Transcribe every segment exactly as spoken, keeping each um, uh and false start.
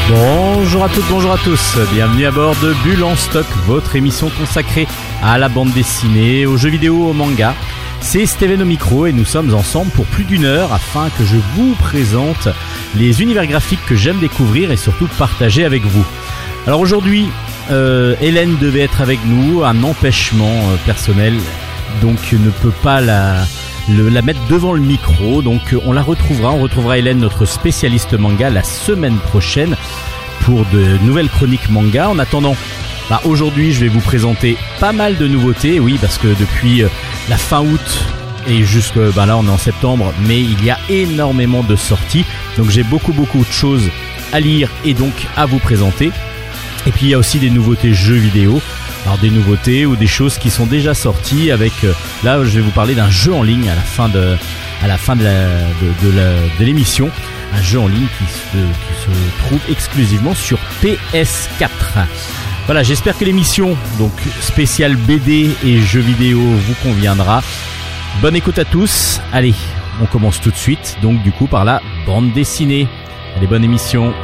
Bonjour à toutes, bonjour à tous, bienvenue à bord de Bulle en Stock, votre émission consacrée à la bande dessinée, aux jeux vidéo, au manga. C'est Steven au micro et nous sommes ensemble pour plus d'une heure afin que je vous présente les univers graphiques que j'aime découvrir et surtout partager avec vous. Alors aujourd'hui, euh, Hélène devait être avec nous, un empêchement euh, personnel, donc ne peut pas la... Le, la mettre devant le micro, donc on la retrouvera, on retrouvera Hélène, notre spécialiste manga, la semaine prochaine pour de nouvelles chroniques manga. En attendant, bah aujourd'hui je vais vous présenter pas mal de nouveautés, oui, parce que depuis la fin août et jusque bah là on est en septembre, mais il y a énormément de sorties, donc j'ai beaucoup beaucoup de choses à lire et donc à vous présenter. Et puis il y a aussi des nouveautés jeux vidéo. Alors des nouveautés ou des choses qui sont déjà sorties avec euh, là je vais vous parler d'un jeu en ligne à la fin de à la fin de la, de, de, la, de l'émission, un jeu en ligne qui se, qui se trouve exclusivement sur P S quatre. Voilà, j'espère que l'émission donc spéciale B D et jeux vidéo vous conviendra. Bonne écoute à tous. Allez, on commence tout de suite donc du coup par la bande dessinée. Allez, bonne émission.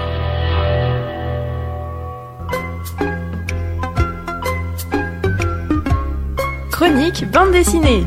Chronique bande dessinée.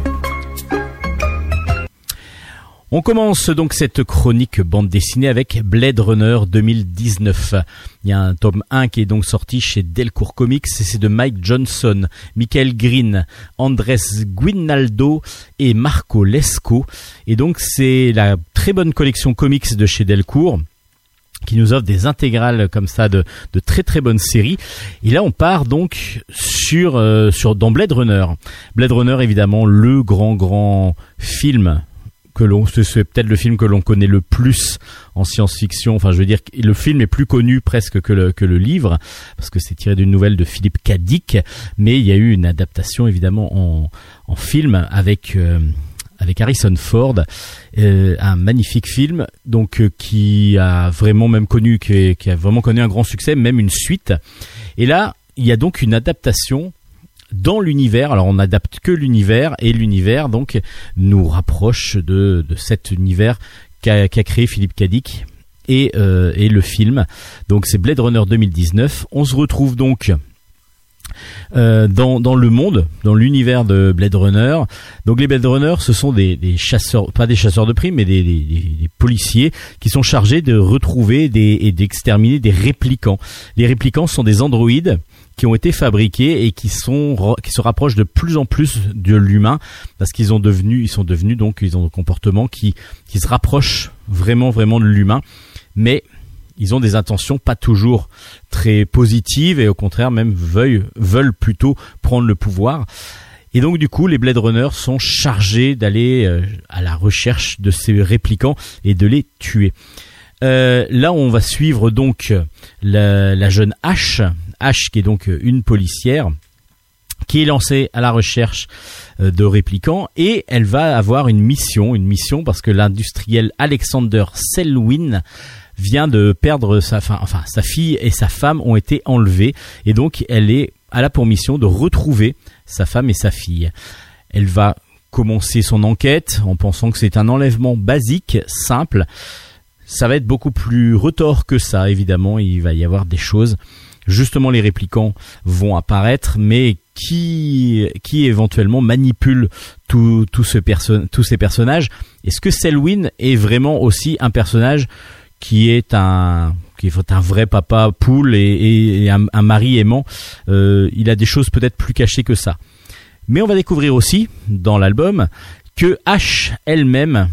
On commence donc cette chronique bande dessinée avec Blade Runner deux mille dix-neuf. Il y a un tome un qui est donc sorti chez Delcourt Comics et c'est de Mike Johnson, Michael Green, Andrés Guinaldo et Marco Lesco. Et donc c'est la très bonne collection comics de chez Delcourt qui nous offre des intégrales comme ça de, de très très bonnes séries. Et là on part donc sur, euh, sur dans Blade Runner. Blade Runner évidemment le grand grand film que l'on, c'est peut-être le film que l'on connaît le plus en science-fiction. Enfin je veux dire le film est plus connu presque que le, que le livre parce que c'est tiré d'une nouvelle de Philippe K. Dick, mais il y a eu une adaptation évidemment en, en film avec... Euh, avec Harrison Ford, euh, un magnifique film donc euh, qui a vraiment même connu qui, qui a vraiment connu un grand succès, même une suite. Et là, il y a donc une adaptation dans l'univers. Alors on n'adapte que l'univers et l'univers donc nous rapproche de de cet univers qu'a, qu'a créé Philippe K. Dick et euh, et le film. Donc c'est Blade Runner deux mille dix-neuf. On se retrouve donc Euh, dans dans le monde, dans l'univers de Blade Runner. Donc les Blade Runner, ce sont des, des chasseurs, pas des chasseurs de primes, mais des, des, des policiers qui sont chargés de retrouver des, et d'exterminer des réplicants. Les réplicants sont des androïdes qui ont été fabriqués et qui sont qui se rapprochent de plus en plus de l'humain parce qu'ils ont devenu, ils sont devenus donc ils ont des comportements qui qui se rapprochent vraiment vraiment de l'humain, mais ils ont des intentions pas toujours très positives et au contraire même veulent, veulent plutôt prendre le pouvoir. Et donc du coup les Blade Runner sont chargés d'aller euh, à la recherche de ces réplicants et de les tuer. Euh, là on va suivre donc la, la jeune Ash, Ash qui est donc une policière qui est lancée à la recherche de réplicants et elle va avoir une mission, une mission parce que l'industriel Alexander Selwyn vient de perdre sa, enfin, enfin, sa fille et sa femme ont été enlevées et donc elle est, elle a pour mission de retrouver sa femme et sa fille. Elle va commencer son enquête en pensant que c'est un enlèvement basique, simple. Ça va être beaucoup plus retors que ça, évidemment, il va y avoir des choses. Justement, les réplicants vont apparaître, mais qui, qui éventuellement manipule tout, tout ce perso- tous ces personnages. Est-ce que Selwyn est vraiment aussi un personnage qui est un qui est un vrai papa poule et, et, et un, un mari aimant? euh, Il a des choses peut-être plus cachées que ça. Mais on va découvrir aussi dans l'album que Ash elle-même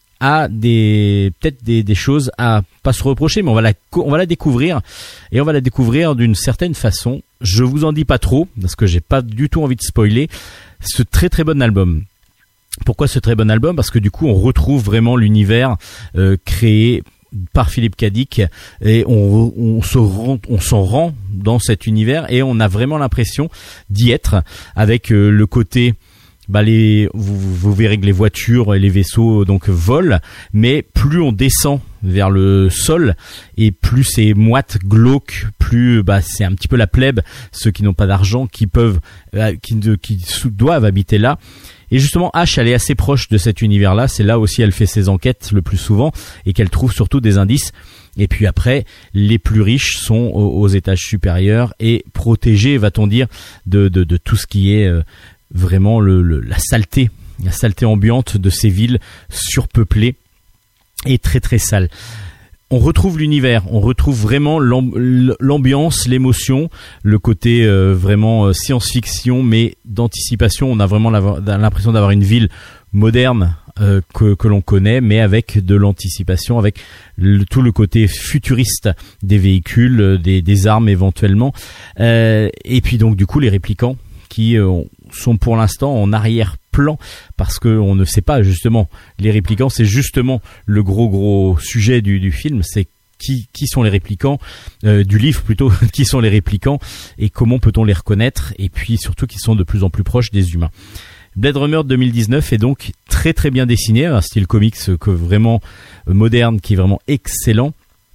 a des peut-être des, des choses à pas se reprocher, mais on va la on va la découvrir et on va la découvrir d'une certaine façon. Je vous en dis pas trop parce que j'ai pas du tout envie de spoiler ce très très bon album. Pourquoi ce très bon album? Parce que du coup on retrouve vraiment l'univers euh, créé par Philippe K. Dick et on, on se rend, on s'en rend dans cet univers et on a vraiment l'impression d'y être avec euh, le côté bah les, vous, vous verrez que les voitures et les vaisseaux donc volent, mais plus on descend vers le sol et plus c'est moite, glauque, plus bah c'est un petit peu la plèbe, ceux qui n'ont pas d'argent, qui peuvent, euh, qui, qui doivent habiter là. Et justement, Ash, elle est assez proche de cet univers-là. C'est là aussi elle fait ses enquêtes le plus souvent et qu'elle trouve surtout des indices. Et puis après, les plus riches sont aux, aux étages supérieurs et protégés, va-t-on dire, de, de, de tout ce qui est euh, vraiment le, le, la saleté, la saleté ambiante de ces villes surpeuplées et très très sales. On retrouve l'univers, on retrouve vraiment l'ambiance, l'émotion, le côté euh, vraiment science-fiction, mais d'anticipation. On a vraiment l'impression d'avoir une ville moderne euh, que, que l'on connaît, mais avec de l'anticipation, avec le, tout le côté futuriste des véhicules, des, des armes éventuellement. Euh, et puis donc du coup les réplicants qui euh, sont pour l'instant en arrière-plan parce que on ne sait pas justement. Les réplicants, c'est justement le gros gros sujet du, du film, c'est qui qui sont les réplicants, euh, du livre plutôt, qui sont les réplicants et comment peut-on les reconnaître, et puis surtout qu'ils sont de plus en plus proches des humains. Blade Runner deux mille dix-neuf est donc très très bien dessiné, un style comics que vraiment euh, moderne, qui est vraiment excellent,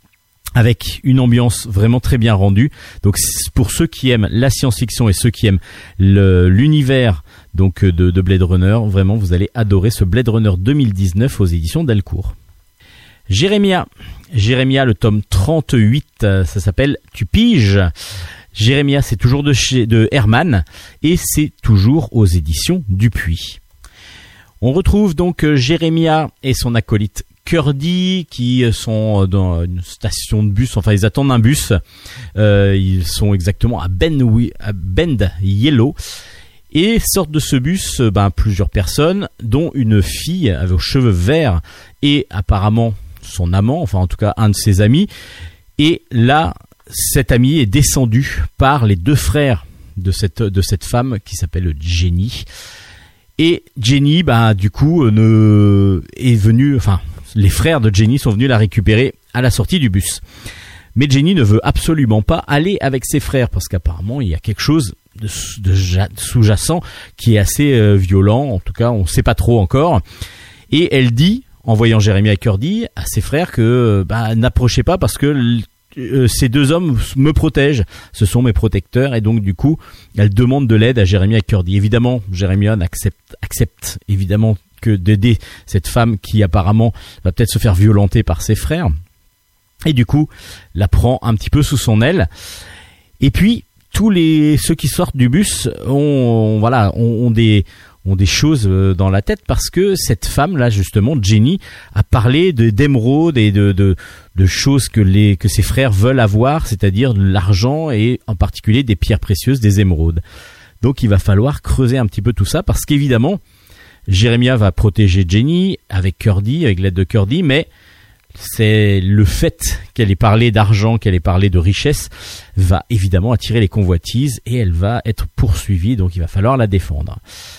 avec une ambiance vraiment très bien rendue. Donc pour ceux qui aiment la science-fiction et ceux qui aiment le, l'univers donc de, de Blade Runner, vraiment vous allez adorer ce Blade Runner deux mille dix-neuf aux éditions Delcourt. Jérémia, Jérémia, le tome trente-huit, ça s'appelle Tu piges. Jérémia, c'est toujours de chez de Herman et c'est toujours aux éditions Dupuis. On retrouve donc Jérémia et son acolyte Curdy qui sont dans une station de bus, enfin ils attendent un bus, euh, ils sont exactement à, ben, à Bend Yellow et sortent de ce bus ben, plusieurs personnes dont une fille avec aux cheveux verts et apparemment son amant, enfin en tout cas un de ses amis, et là cet ami est descendu par les deux frères de cette, de cette femme qui s'appelle Jenny. Et Jenny, bah, du coup, euh, ne, est venue, enfin, les frères de Jenny sont venus la récupérer à la sortie du bus. Mais Jenny ne veut absolument pas aller avec ses frères parce qu'apparemment, il y a quelque chose de, de, de sous-jacent qui est assez euh, violent. En tout cas, on ne sait pas trop encore. Et elle dit, en voyant Jérémie et Curdy, à ses frères que, bah, n'approchez pas parce que Euh, ces deux hommes me protègent, ce sont mes protecteurs, et donc du coup elle demande de l'aide à Jérémie et Curdy. Évidemment Jérémie accepte, accepte évidemment que d'aider cette femme qui apparemment va peut-être se faire violenter par ses frères, et du coup la prend un petit peu sous son aile. Et puis tous les ceux qui sortent du bus ont, voilà, ont, ont des ont des choses dans la tête parce que cette femme là justement Jenny a parlé de d'émeraudes et de, de de choses que les que ses frères veulent avoir, c'est-à-dire de l'argent et en particulier des pierres précieuses, des émeraudes. Donc il va falloir creuser un petit peu tout ça parce qu'évidemment Jérémia va protéger Jenny avec Curdy, avec l'aide de Curdy, mais c'est le fait qu'elle ait parlé d'argent, qu'elle ait parlé de richesse va évidemment attirer les convoitises et elle va être poursuivie, donc il va falloir la défendre.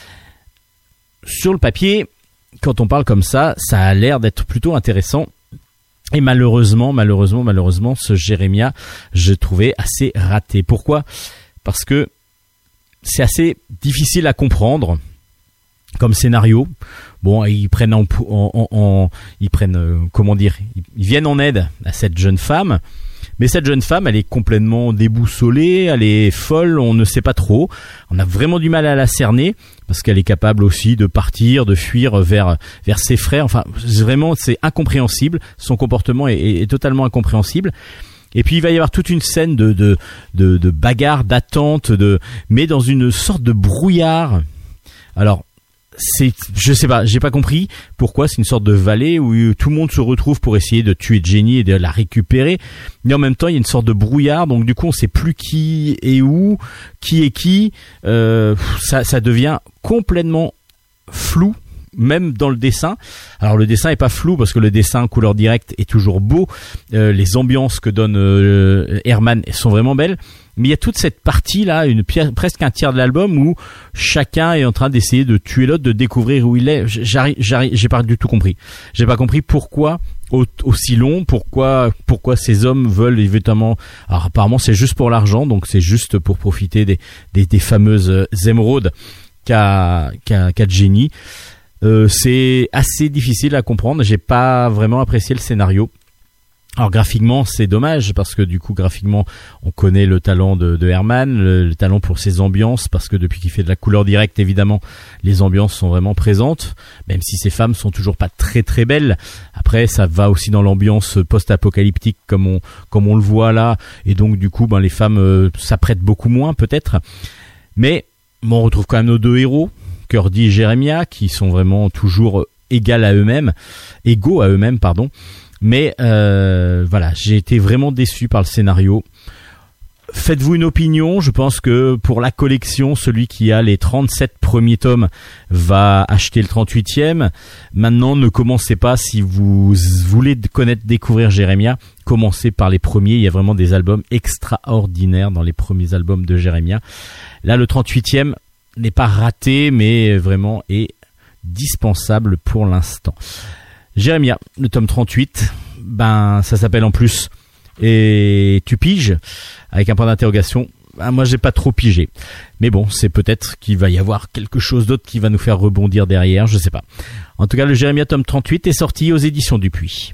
Sur le papier, quand on parle comme ça, ça a l'air d'être plutôt intéressant. Et malheureusement, malheureusement, malheureusement, ce Jérémia, je trouvais assez raté. Pourquoi ? Parce que c'est assez difficile à comprendre comme scénario. Bon, ils prennent en, en, en, en ils prennent, euh, comment dire, ils viennent en aide à cette jeune femme. Mais cette jeune femme, elle est complètement déboussolée, elle est folle, on ne sait pas trop. On a vraiment du mal à la cerner parce qu'elle est capable aussi de partir, de fuir vers vers ses frères. Enfin, vraiment, c'est incompréhensible. Son comportement est, est, est totalement incompréhensible. Et puis il va y avoir toute une scène de de de, de bagarre, d'attente, de mais dans une sorte de brouillard. Alors. C'est, je sais pas, j'ai pas compris pourquoi. C'est une sorte de vallée où tout le monde se retrouve pour essayer de tuer Jenny et de la récupérer, mais en même temps il y a une sorte de brouillard, donc du coup on sait plus qui est où, qui est qui. Euh, ça, ça devient complètement flou, même dans le dessin. Alors le dessin est pas flou parce que le dessin couleur directe est toujours beau. Euh, les ambiances que donne euh, Herman sont vraiment belles. Mais il y a toute cette partie-là, une pièce, presque un tiers de l'album où chacun est en train d'essayer de tuer l'autre, de découvrir où il est. J'arrive, j'arrive, j'ai pas du tout compris. J'ai pas compris pourquoi au, aussi long, pourquoi, pourquoi ces hommes veulent évidemment. Alors apparemment c'est juste pour l'argent, donc c'est juste pour profiter des, des, des fameuses émeraudes qu'a, qu'a, qu'a de génie. Euh, c'est assez difficile à comprendre. J'ai pas vraiment apprécié le scénario. Alors graphiquement c'est dommage parce que du coup graphiquement on connaît le talent de, de Herman, le, le talent pour ses ambiances, parce que depuis qu'il fait de la couleur directe évidemment les ambiances sont vraiment présentes, même si ces femmes sont toujours pas très très belles. Après ça va aussi dans l'ambiance post-apocalyptique comme on comme on le voit là, et donc du coup ben les femmes euh, s'apprêtent beaucoup moins peut-être. Mais bon, on retrouve quand même nos deux héros, Curdy et Jeremiah, qui sont vraiment toujours égaux à eux-mêmes, égaux à eux-mêmes pardon. Mais euh, voilà, j'ai été vraiment déçu par le scénario. Faites-vous une opinion. Je pense que pour la collection, celui qui a les trente-sept premiers tomes va acheter le trente-huitième. Maintenant, ne commencez pas, si vous voulez connaître, découvrir Jeremiah, commencez par les premiers. Il y a vraiment des albums extraordinaires dans les premiers albums de Jeremiah. Là, le trente-huitième n'est pas raté, mais vraiment est dispensable pour l'instant. Jeremiah, le tome trente-huit, ben ça s'appelle en plus et tu piges avec un point d'interrogation. Ben, moi j'ai pas trop pigé, mais bon c'est peut-être qu'il va y avoir quelque chose d'autre qui va nous faire rebondir derrière, je sais pas. En tout cas le Jeremiah tome trente-huit est sorti aux éditions Dupuis.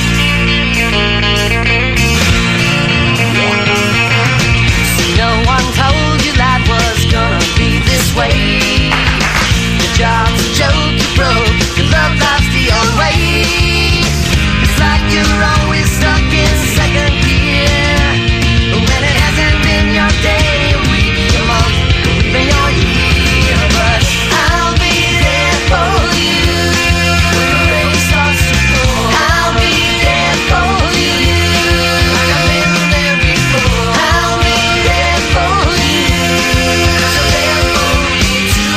No one told you that was gonna be this way. The job's a joke, you broke, your love life's the old way. It's like you're always stuck in second gear, when it hasn't been your day, your week, your month, or even your year. But I'll be there for you when the rain starts to pour. I'll be there for you like I've been there before. I'll be there for you, so there for you too.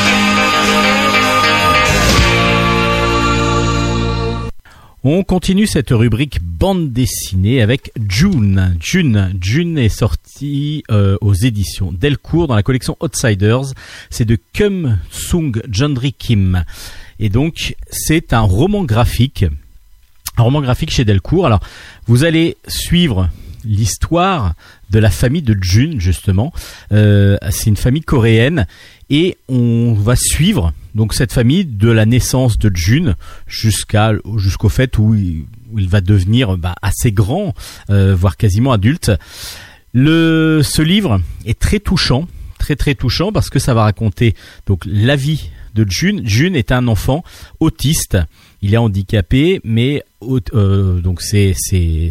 On continue cette rubrique bande dessinée avec June. June, June est sorti euh, aux éditions Delcourt dans la collection Outsiders. C'est de Kum Sung Jondri Kim. Et donc, c'est un roman graphique. Un roman graphique chez Delcourt. Alors, vous allez suivre l'histoire de la famille de June, justement. Euh, c'est une famille coréenne. Et on va suivre donc cette famille de la naissance de June jusqu'à jusqu'au fait où il, où il va devenir bah, assez grand, euh, voire quasiment adulte. Le ce livre est très touchant, très très touchant parce que ça va raconter donc la vie de June. June est un enfant autiste, il est handicapé, mais euh, donc c'est c'est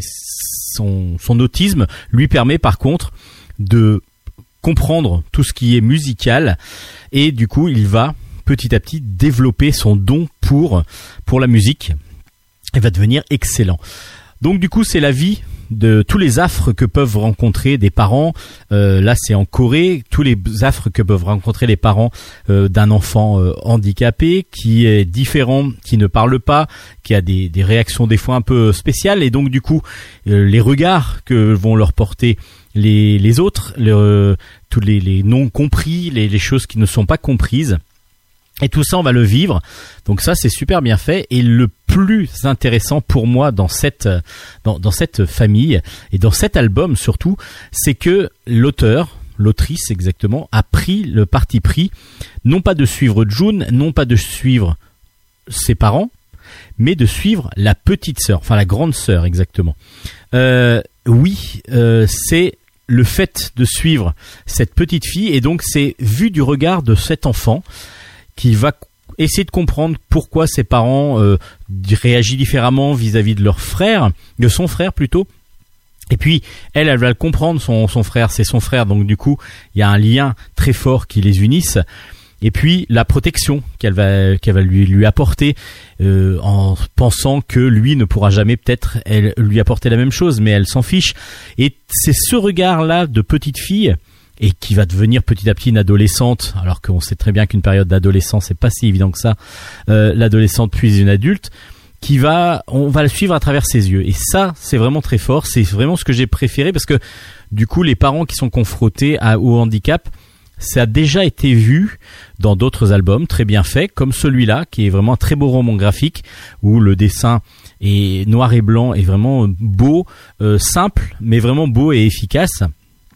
son son autisme lui permet par contre de comprendre tout ce qui est musical, et du coup il va petit à petit développer son don pour pour la musique et va devenir excellent. Donc du coup c'est la vie de tous les affres que peuvent rencontrer des parents. Euh, là c'est en Corée, tous les affres que peuvent rencontrer les parents euh, d'un enfant euh, handicapé qui est différent, qui ne parle pas, qui a des, des réactions des fois un peu spéciales, et donc du coup euh, les regards que vont leur porter les les autres, le, tous les, les non compris, les, les choses qui ne sont pas comprises, et tout ça on va le vivre. Donc ça c'est super bien fait, et le plus intéressant pour moi dans cette dans, dans cette famille et dans cet album surtout, c'est que l'auteur, l'autrice exactement, a pris le parti pris non pas de suivre June, non pas de suivre ses parents, mais de suivre la petite sœur, enfin la grande sœur exactement. Euh, oui, euh, c'est le fait de suivre cette petite fille, et donc c'est vu du regard de cet enfant qui va essayer de comprendre pourquoi ses parents euh, réagissent différemment vis-à-vis de leur frère, de son frère plutôt. Et puis elle, elle va le comprendre, son, son frère, c'est son frère, donc du coup il y a un lien très fort qui les unisse. Et puis la protection qu'elle va qu'elle va lui lui apporter, euh, en pensant que lui ne pourra jamais peut-être elle lui apporter la même chose, mais elle s'en fiche. Et c'est ce regard-là de petite fille, et qui va devenir petit à petit une adolescente, alors qu'on sait très bien qu'une période d'adolescence c'est pas si évident que ça, euh, l'adolescente puis une adulte, qui va, on va la suivre à travers ses yeux. Et ça c'est vraiment très fort, c'est vraiment ce que j'ai préféré, parce que du coup les parents qui sont confrontés à, au handicap, ça a déjà été vu dans d'autres albums très bien faits, comme celui-là, qui est vraiment un très beau roman graphique, où le dessin est noir et blanc, est vraiment beau, euh, simple, mais vraiment beau et efficace.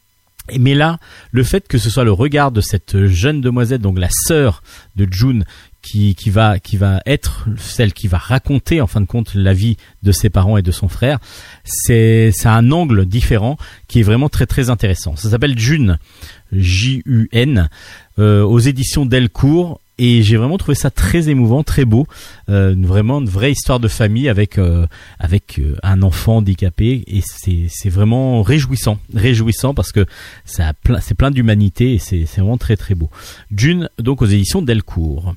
Mais là, le fait que ce soit le regard de cette jeune demoiselle, donc la sœur de June, qui, qui va, qui va être celle qui va raconter, en fin de compte, la vie de ses parents et de son frère, c'est, c'est un angle différent qui est vraiment très, très intéressant. Ça s'appelle June, J U N, euh, aux éditions Delcourt. Et j'ai vraiment trouvé ça très émouvant, très beau, euh, vraiment une vraie histoire de famille avec euh, avec euh, un enfant handicapé, et c'est c'est vraiment réjouissant, réjouissant parce que ça a plein, c'est plein d'humanité et c'est c'est vraiment très très beau. June, donc aux éditions Delcourt.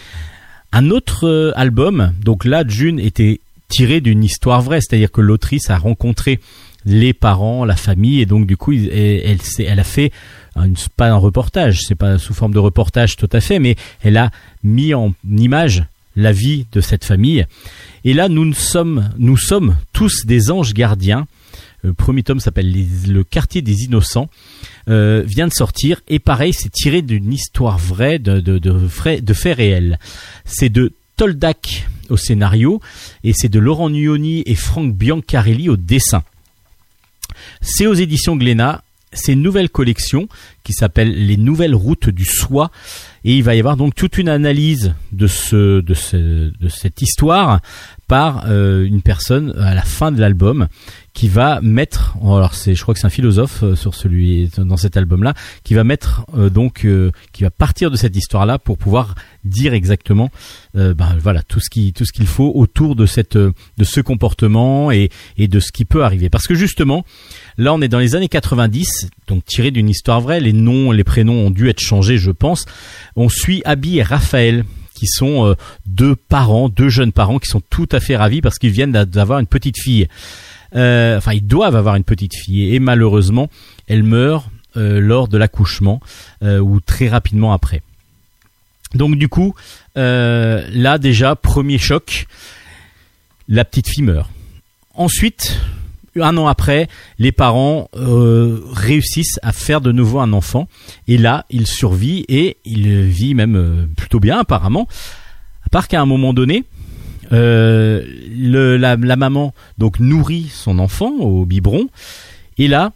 Un autre euh, album, donc là June était tiré d'une histoire vraie, c'est-à-dire que l'autrice a rencontré les parents, la famille, et donc du coup elle elle, elle a fait Une, pas un reportage, c'est pas sous forme de reportage tout à fait, mais elle a mis en image la vie de cette famille. Et là, nous sommes, nous sommes tous des anges gardiens. Le premier tome s'appelle les, Le quartier des innocents, euh, vient de sortir, et pareil, c'est tiré d'une histoire vraie, de, de, de, de, de faits réels. C'est de Toldak au scénario, et c'est de Laurent Nuoni et Franck Biancarelli au dessin. C'est aux éditions Glénat. C'est une nouvelle collection qui s'appelle Les Nouvelles Routes du Soi, et il va y avoir donc toute une analyse de ce de ce de cette histoire par euh, une personne à la fin de l'album qui va mettre, alors c'est je crois que c'est un philosophe euh, sur celui dans cet album-là, qui va mettre euh, donc euh, qui va partir de cette histoire-là pour pouvoir dire exactement euh, ben voilà tout ce qui tout ce qu'il faut autour de cette de ce comportement et et de ce qui peut arriver, parce que justement là on est dans les années quatre-vingt-dix, donc tiré d'une histoire vraie, les noms, les prénoms ont dû être changés, je pense. On suit Abby et Raphaël, qui sont euh, deux parents, deux jeunes parents qui sont tout à fait ravis parce qu'ils viennent d'avoir une petite fille. Euh, enfin, ils doivent avoir une petite fille, et malheureusement, elle meurt euh, lors de l'accouchement euh, ou très rapidement après. Donc du coup, euh, là déjà, premier choc, la petite fille meurt. Ensuite, un an après, les parents euh, réussissent à faire de nouveau un enfant, et là, il survit, et il vit même euh, plutôt bien apparemment, à part qu'à un moment donné, euh, le, la, la maman donc nourrit son enfant au biberon, et là,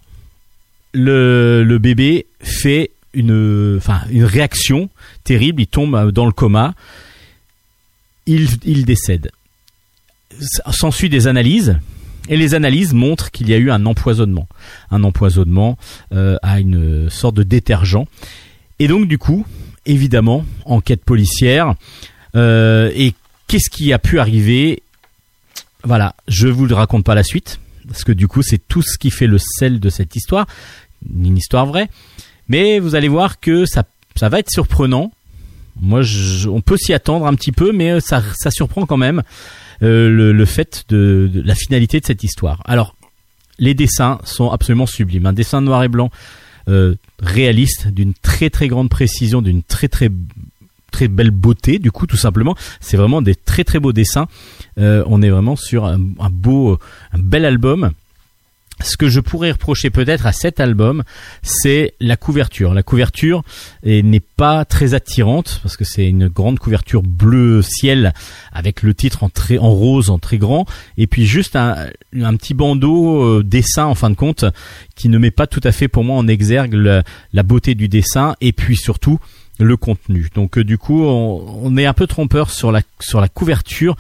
le, le bébé fait une, enfin, une réaction terrible, il tombe dans le coma, il, il décède. S'ensuit des analyses, et les analyses montrent qu'il y a eu un empoisonnement, un empoisonnement euh, à une sorte de détergent. Et donc du coup, évidemment, enquête policière. Euh, et qu'est-ce qui a pu arriver ? Voilà, je vous le raconte pas la suite, parce que du coup, c'est tout ce qui fait le sel de cette histoire, une histoire vraie. Mais vous allez voir que ça, ça va être surprenant. Moi, je, on peut s'y attendre un petit peu, mais ça, ça surprend quand même. Euh, le, le fait de, de la finalité de cette histoire. Alors, les dessins sont absolument sublimes. Un dessin noir et blanc euh, réaliste, d'une très très grande précision, d'une très très très belle beauté. Du coup, tout simplement, c'est vraiment des très très beaux dessins. Euh, on est vraiment sur un, un beau, un bel album. Ce que je pourrais reprocher peut-être à cet album, c'est la couverture. La couverture n'est pas très attirante parce que c'est une grande couverture bleu ciel avec le titre en très en rose, en très grand, et puis juste un, un petit bandeau euh, dessin en fin de compte qui ne met pas tout à fait pour moi en exergue le, la beauté du dessin, et puis surtout le contenu. Donc euh, du coup, on, on est un peu trompeur sur la sur la couverture.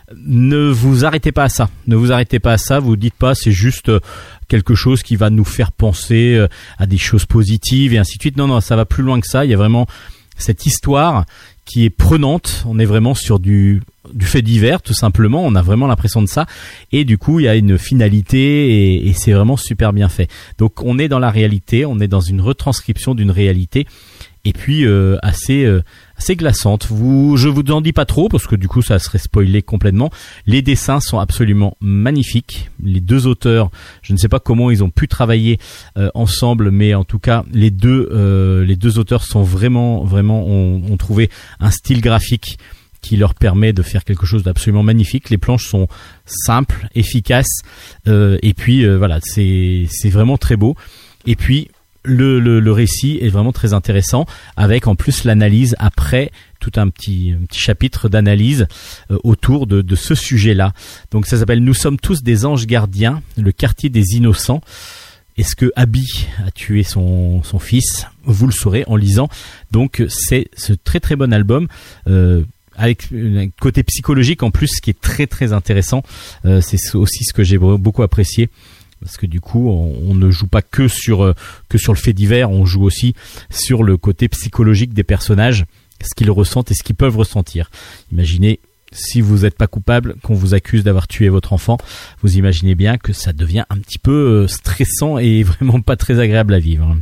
Ne vous arrêtez pas à ça. Ne vous arrêtez pas à ça. Vous dites pas c'est juste quelque chose qui va nous faire penser à des choses positives et ainsi de suite. Non, non, ça va plus loin que ça. Il y a vraiment cette histoire qui est prenante. On est vraiment sur du du fait divers, tout simplement. On a vraiment l'impression de ça. Et du coup, il y a une finalité et, et c'est vraiment super bien fait. Donc, on est dans la réalité. On est dans une retranscription d'une réalité. Et puis euh, assez euh, assez glaçante. Vous, je vous en dis pas trop parce que du coup ça serait spoilé complètement. Les dessins sont absolument magnifiques. Les deux auteurs, je ne sais pas comment ils ont pu travailler euh, ensemble, mais en tout cas les deux euh, les deux auteurs sont vraiment vraiment ont, ont trouvé un style graphique qui leur permet de faire quelque chose d'absolument magnifique. Les planches sont simples, efficaces, euh, et puis euh, voilà, c'est c'est vraiment très beau. Et puis Le, le, le récit est vraiment très intéressant, avec en plus l'analyse après, tout un petit, un petit chapitre d'analyse euh, autour de, de ce sujet-là. Donc ça s'appelle « Nous sommes tous des anges gardiens, le quartier des innocents ». Est-ce que Abby a tué son, son fils ? Vous le saurez en lisant. Donc c'est ce très très bon album euh, avec un côté psychologique en plus qui est très très intéressant. Euh, c'est aussi ce que j'ai beaucoup apprécié. Parce que du coup, on, on ne joue pas que sur euh, que sur le fait divers, on joue aussi sur le côté psychologique des personnages, ce qu'ils ressentent et ce qu'ils peuvent ressentir. Imaginez, si vous n'êtes pas coupable, qu'on vous accuse d'avoir tué votre enfant, vous imaginez bien que ça devient un petit peu stressant et vraiment pas très agréable à vivre.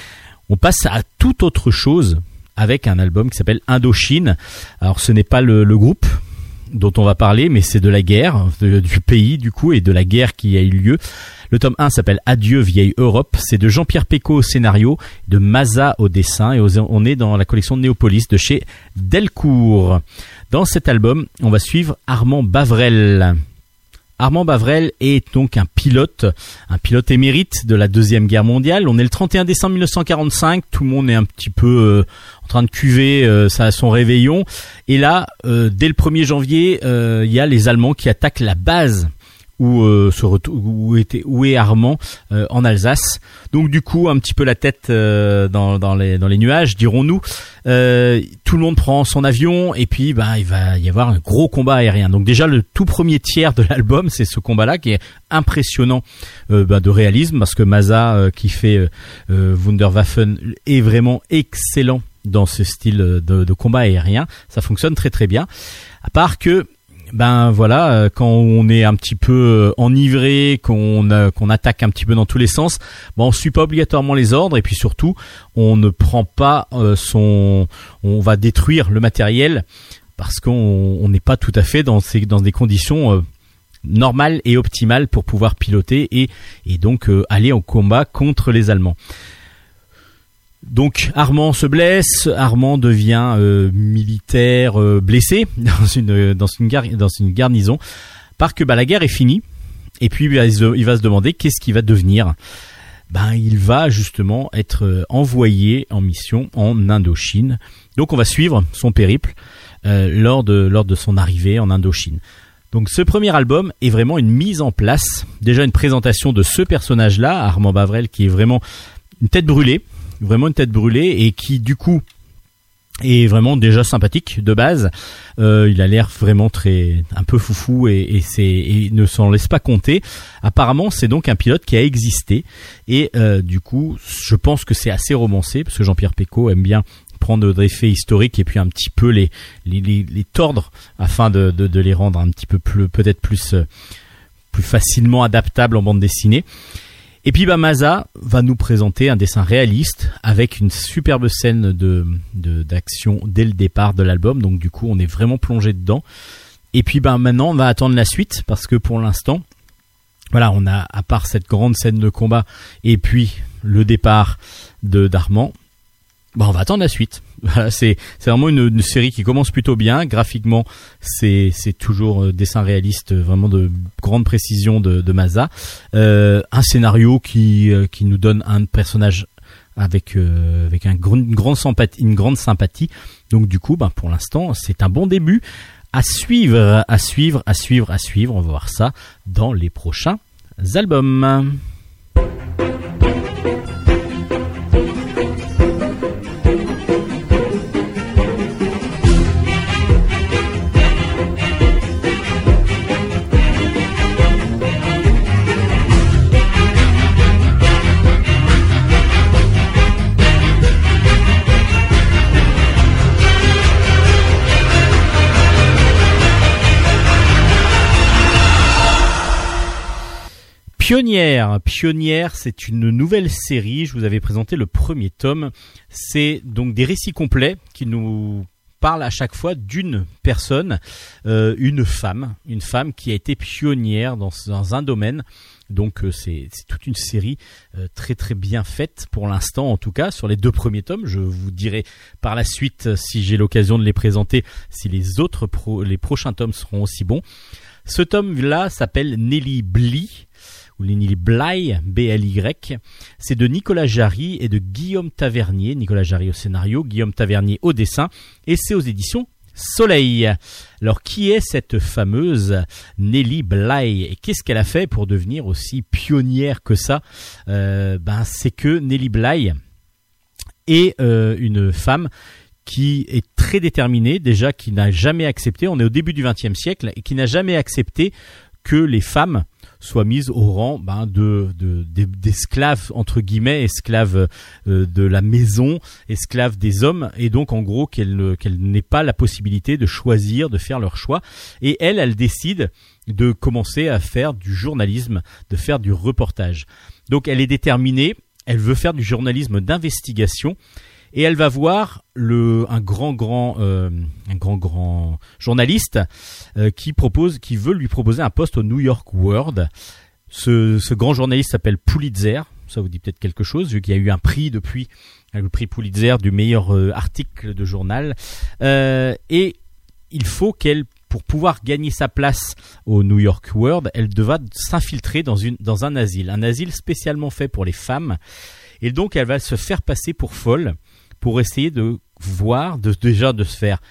On passe à toute autre chose avec un album qui s'appelle Indochine. Alors ce n'est pas le, le groupe dont on va parler, mais c'est de la guerre, de, du pays du coup, et de la guerre qui a eu lieu. Le tome un s'appelle Adieu vieille Europe, c'est de Jean-Pierre Pecot au scénario, de Maza au dessin, et on est dans la collection Néopolis de chez Delcourt. Dans cet album, on va suivre Armand Bavrel. Armand Bavrel est donc un pilote, un pilote émérite de la Deuxième Guerre mondiale. On est le trente et un décembre mille neuf cent quarante-cinq, tout le monde est un petit peu euh, en train de cuver euh, ça à son réveillon. Et là, euh, dès le premier janvier, euh, il y a les Allemands qui attaquent la base où, euh, se retou- où, était, où est Armand euh, en Alsace. Donc du coup, un petit peu la tête euh, dans, dans, les, dans les nuages, dirons-nous. Euh, tout le monde prend son avion et puis bah, il va y avoir un gros combat aérien. Donc déjà, le tout premier tiers de l'album, c'est ce combat-là qui est impressionnant euh, bah, de réalisme, parce que Maza, euh, qui fait euh, euh, Wunderwaffen, est vraiment excellent dans ce style de, de combat aérien. Ça fonctionne très très bien. À part que ben voilà, quand on est un petit peu enivré, qu'on euh, qu'on attaque un petit peu dans tous les sens, ben on suit pas obligatoirement les ordres, et puis surtout on ne prend pas euh, son, on va détruire le matériel parce qu'on n'est pas tout à fait dans ces dans des conditions euh, normales et optimales pour pouvoir piloter et et donc euh, aller au combat contre les Allemands. Donc Armand se blesse, Armand devient euh, militaire euh, blessé dans une dans une gar- dans une garnison, parce que bah la guerre est finie, et puis bah, il, se, il va se demander qu'est-ce qu'il va devenir. Ben il va justement être envoyé en mission en Indochine. Donc on va suivre son périple euh, lors de lors de son arrivée en Indochine. Donc ce premier album est vraiment une mise en place, déjà une présentation de ce personnage-là, Armand Bavrel, qui est vraiment une tête brûlée. Vraiment une tête brûlée, et qui du coup est vraiment déjà sympathique de base. Euh, il a l'air vraiment très un peu foufou et, et, c'est, et ne s'en laisse pas compter. Apparemment, c'est donc un pilote qui a existé, et euh, du coup, je pense que c'est assez romancé, parce que Jean-Pierre Pecot aime bien prendre des faits historiques et puis un petit peu les les, les, les tordre afin de, de, de les rendre un petit peu plus, peut-être plus plus facilement adaptables en bande dessinée. Et puis bah, Maza va nous présenter un dessin réaliste avec une superbe scène de, de d'action dès le départ de l'album. Donc du coup, on est vraiment plongé dedans. Et puis bah, maintenant, on va attendre la suite, parce que pour l'instant, voilà, on a, à part cette grande scène de combat et puis le départ de d'Armand, bah, on va attendre la suite. Voilà, c'est c'est vraiment une, une série qui commence plutôt bien. Graphiquement, c'est c'est toujours euh, dessin réaliste, vraiment de grande précision de, de Maza. Euh, un scénario qui euh, qui nous donne un personnage avec euh, avec un gr- une grande sympathie, une grande sympathie. Donc du coup, bah, pour l'instant, c'est un bon début. À suivre, à suivre, à suivre, à suivre. On va voir ça dans les prochains albums. Pionnière, Pionnière, c'est une nouvelle série. Je vous avais présenté le premier tome. C'est donc des récits complets qui nous parlent à chaque fois d'une personne, euh, une femme, une femme qui a été pionnière dans, dans un domaine. Donc euh, c'est, c'est toute une série euh, très très bien faite pour l'instant, en tout cas sur les deux premiers tomes. Je vous dirai par la suite, si j'ai l'occasion de les présenter, si les autres pro, les prochains tomes seront aussi bons. Ce tome-là s'appelle Nelly Bly. ou Nelly Bly, B L Y. C'est de Nicolas Jarry et de Guillaume Tavernier. Nicolas Jarry au scénario, Guillaume Tavernier au dessin. Et c'est aux éditions Soleil. Alors, qui est cette fameuse Nellie Bly et qu'est-ce qu'elle a fait pour devenir aussi pionnière que ça? euh, Ben, c'est que Nellie Bly est euh, une femme qui est très déterminée, déjà qui n'a jamais accepté, on est au début du vingtième siècle, et qui n'a jamais accepté que les femmes soient mises au rang ben, de, de, de, d'esclaves, entre guillemets, esclaves euh, de la maison, esclaves des hommes, et donc en gros qu'elles, qu'elles n'aient pas la possibilité de choisir, de faire leur choix. Et elle, elle décide de commencer à faire du journalisme, de faire du reportage. Donc elle est déterminée, elle veut faire du journalisme d'investigation, et elle va voir le un grand grand euh, un grand grand journaliste euh, qui propose qui veut lui proposer un poste au New York World. Ce ce grand journaliste s'appelle Pulitzer, ça vous dit peut-être quelque chose vu qu'il y a eu un prix depuis, le prix Pulitzer du meilleur euh, article de journal, euh, et il faut qu'elle, pour pouvoir gagner sa place au New York World, elle devra s'infiltrer dans une dans un asile, un asile spécialement fait pour les femmes, et donc elle va se faire passer pour folle pour essayer de voir, de, déjà de se faire,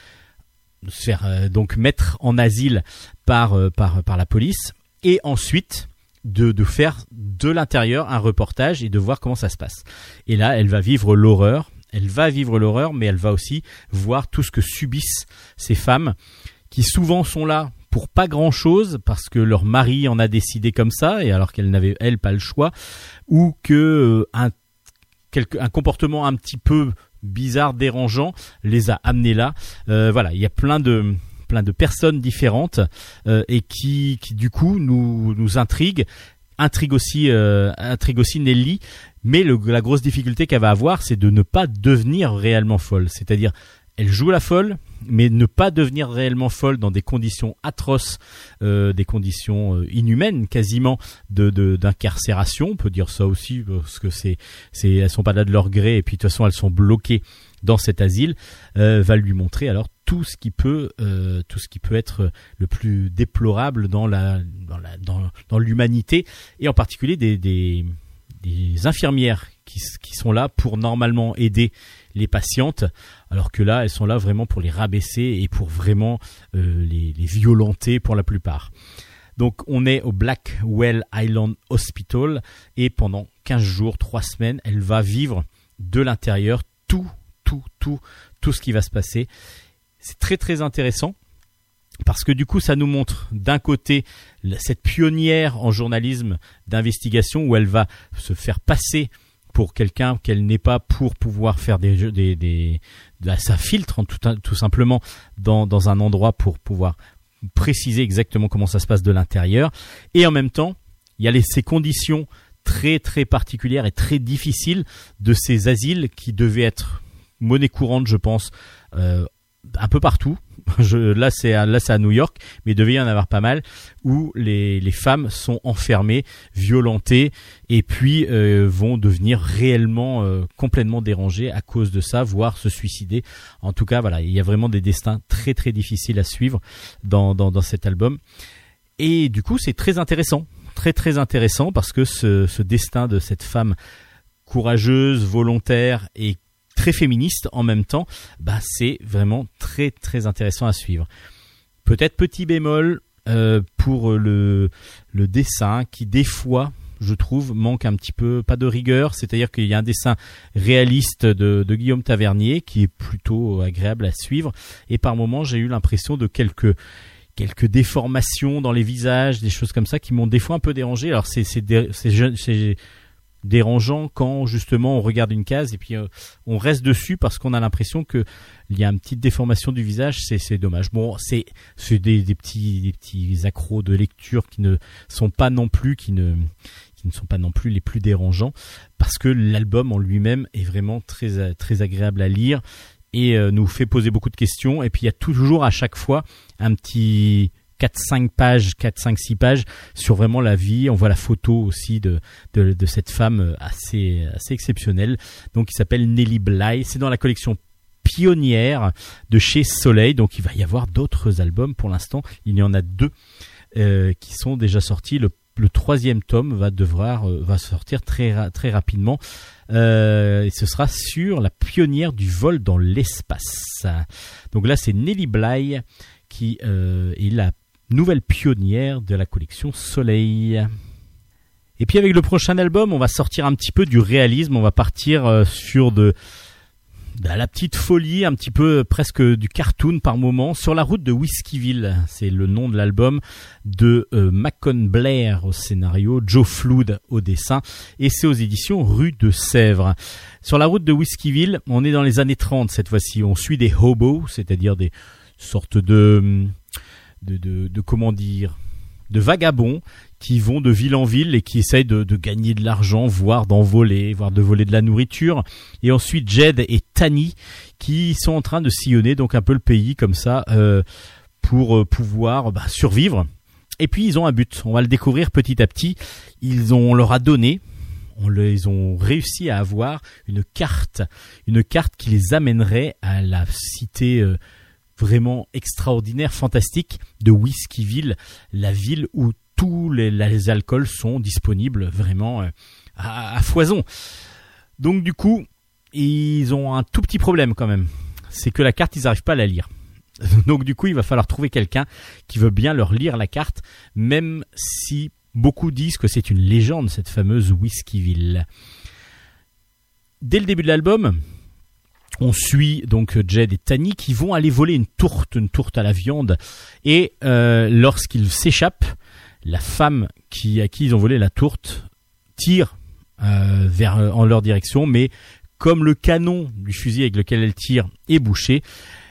de se faire euh, donc mettre en asile par, euh, par, par la police, et ensuite de, de faire de l'intérieur un reportage et de voir comment ça se passe. Et là, elle va vivre l'horreur, elle va vivre l'horreur, mais elle va aussi voir tout ce que subissent ces femmes qui souvent sont là pour pas grand chose parce que leur mari en a décidé comme ça, et alors qu'elle n'avait, elle, pas le choix, ou que euh, un, quelque, un comportement un petit peu bizarre, dérangeant, les a amenés là. Euh, voilà, il y a plein de plein de personnes différentes euh, et qui, qui du coup nous nous intriguent, intrigue aussi euh, intrigue aussi Nellie. Mais le, la grosse difficulté qu'elle va avoir, c'est de ne pas devenir réellement folle. C'est-à-dire, elle joue la folle, mais ne pas devenir réellement folle dans des conditions atroces, euh, des conditions euh, inhumaines quasiment de, de d'incarcération, on peut dire ça aussi parce que c'est c'est elles sont pas là de leur gré et puis de toute façon elles sont bloquées dans cet asile, euh, va lui montrer alors tout ce qui peut euh, tout ce qui peut être le plus déplorable dans la dans la dans, dans l'humanité, et en particulier des des des infirmières qui qui sont là pour normalement aider les patientes, alors que là elles sont là vraiment pour les rabaisser et pour vraiment euh, les, les violenter pour la plupart. Donc on est au Blackwell Island Hospital, et pendant quinze jours, trois semaines, elle va vivre de l'intérieur tout, tout, tout, tout ce qui va se passer. C'est très très intéressant parce que du coup ça nous montre d'un côté cette pionnière en journalisme d'investigation où elle va se faire passer pour quelqu'un qu'elle n'est pas, pour pouvoir faire des jeux, des, des, des ça filtre tout, tout simplement dans, dans un endroit pour pouvoir préciser exactement comment ça se passe de l'intérieur. Et en même temps, il y a les, ces conditions très très particulières et très difficiles de ces asiles qui devaient être monnaie courante, je pense, euh, un peu partout. Je, là, c'est à, là, c'est à New York, mais il devait y en avoir pas mal où les, les femmes sont enfermées, violentées, et puis euh, vont devenir réellement euh, complètement dérangées à cause de ça, voire se suicider. En tout cas, voilà, il y a vraiment des destins très très difficiles à suivre dans dans, dans cet album. Et du coup, c'est très intéressant, très très intéressant parce que ce, ce destin de cette femme courageuse, volontaire et très féministe en même temps, bah c'est vraiment très très intéressant à suivre. Peut-être petit bémol euh, pour le le dessin qui des fois, je trouve, manque un petit peu, pas de rigueur, c'est-à-dire qu'il y a un dessin réaliste de, de Guillaume Tavernier qui est plutôt agréable à suivre, et par moments j'ai eu l'impression de quelques quelques déformations dans les visages, des choses comme ça qui m'ont des fois un peu dérangé. Alors c'est c'est c'est, c'est, c'est dérangeant quand justement on regarde une case et puis euh, on reste dessus parce qu'on a l'impression que il y a une petite déformation du visage. C'est c'est dommage. Bon, c'est c'est des, des petits des petits accros de lecture qui ne sont pas non plus qui ne qui ne sont pas non plus les plus dérangeants, parce que l'album en lui-même est vraiment très très agréable à lire et euh, nous fait poser beaucoup de questions. Et puis il y a toujours à chaque fois un petit quatre cinq pages, quatre cinq six pages sur vraiment la vie. On voit la photo aussi de de, de cette femme assez assez exceptionnelle, donc qui s'appelle Nellie Bly. C'est dans la collection Pionnière de chez Soleil, donc il va y avoir d'autres albums. Pour l'instant, il y en a deux euh, qui sont déjà sortis. Le le troisième tome va devoir euh, va sortir très très rapidement. Euh, et ce sera sur la pionnière du vol dans l'espace. Donc là, c'est Nellie Bly qui euh, est la nouvelle pionnière de la collection Soleil. Et puis avec le prochain album, on va sortir un petit peu du réalisme, on va partir euh, sur de, de la petite folie, un petit peu presque du cartoon par moment, sur la route de Whiskeyville. C'est le nom de l'album de euh, Macon Blair au scénario, Joe Flood au dessin, et c'est aux éditions Rue de Sèvres. Sur la route de Whiskeyville, on est dans les années trente cette fois-ci, on suit des hobos, c'est-à-dire des sortes de, de, de, de comment dire, de vagabonds qui vont de ville en ville et qui essayent de, de gagner de l'argent, voire d'en voler, voire de voler de la nourriture. Et ensuite Jed et Tani qui sont en train de sillonner donc un peu le pays comme ça euh, pour euh, pouvoir bah, survivre. Et puis ils ont un but, on va le découvrir petit à petit. Ils ont, on leur a donné, on le, ils ont réussi à avoir une carte, une carte qui les amènerait à la cité euh, vraiment extraordinaire, fantastique de Whiskeyville, la ville où tous les, les alcools sont disponibles vraiment euh, à, à foison. Donc du coup, ils ont un tout petit problème quand même. C'est que la carte, ils n'arrivent pas à la lire. Donc du coup, il va falloir trouver quelqu'un qui veut bien leur lire la carte, même si beaucoup disent que c'est une légende, cette fameuse Whiskeyville. Dès le début de l'album, on suit donc Jed et Tani qui vont aller voler une tourte, une tourte à la viande. Et euh, lorsqu'ils s'échappent, la femme qui, à qui ils ont volé la tourte tire euh, vers, en leur direction, mais comme le canon du fusil avec lequel elle tire est bouché,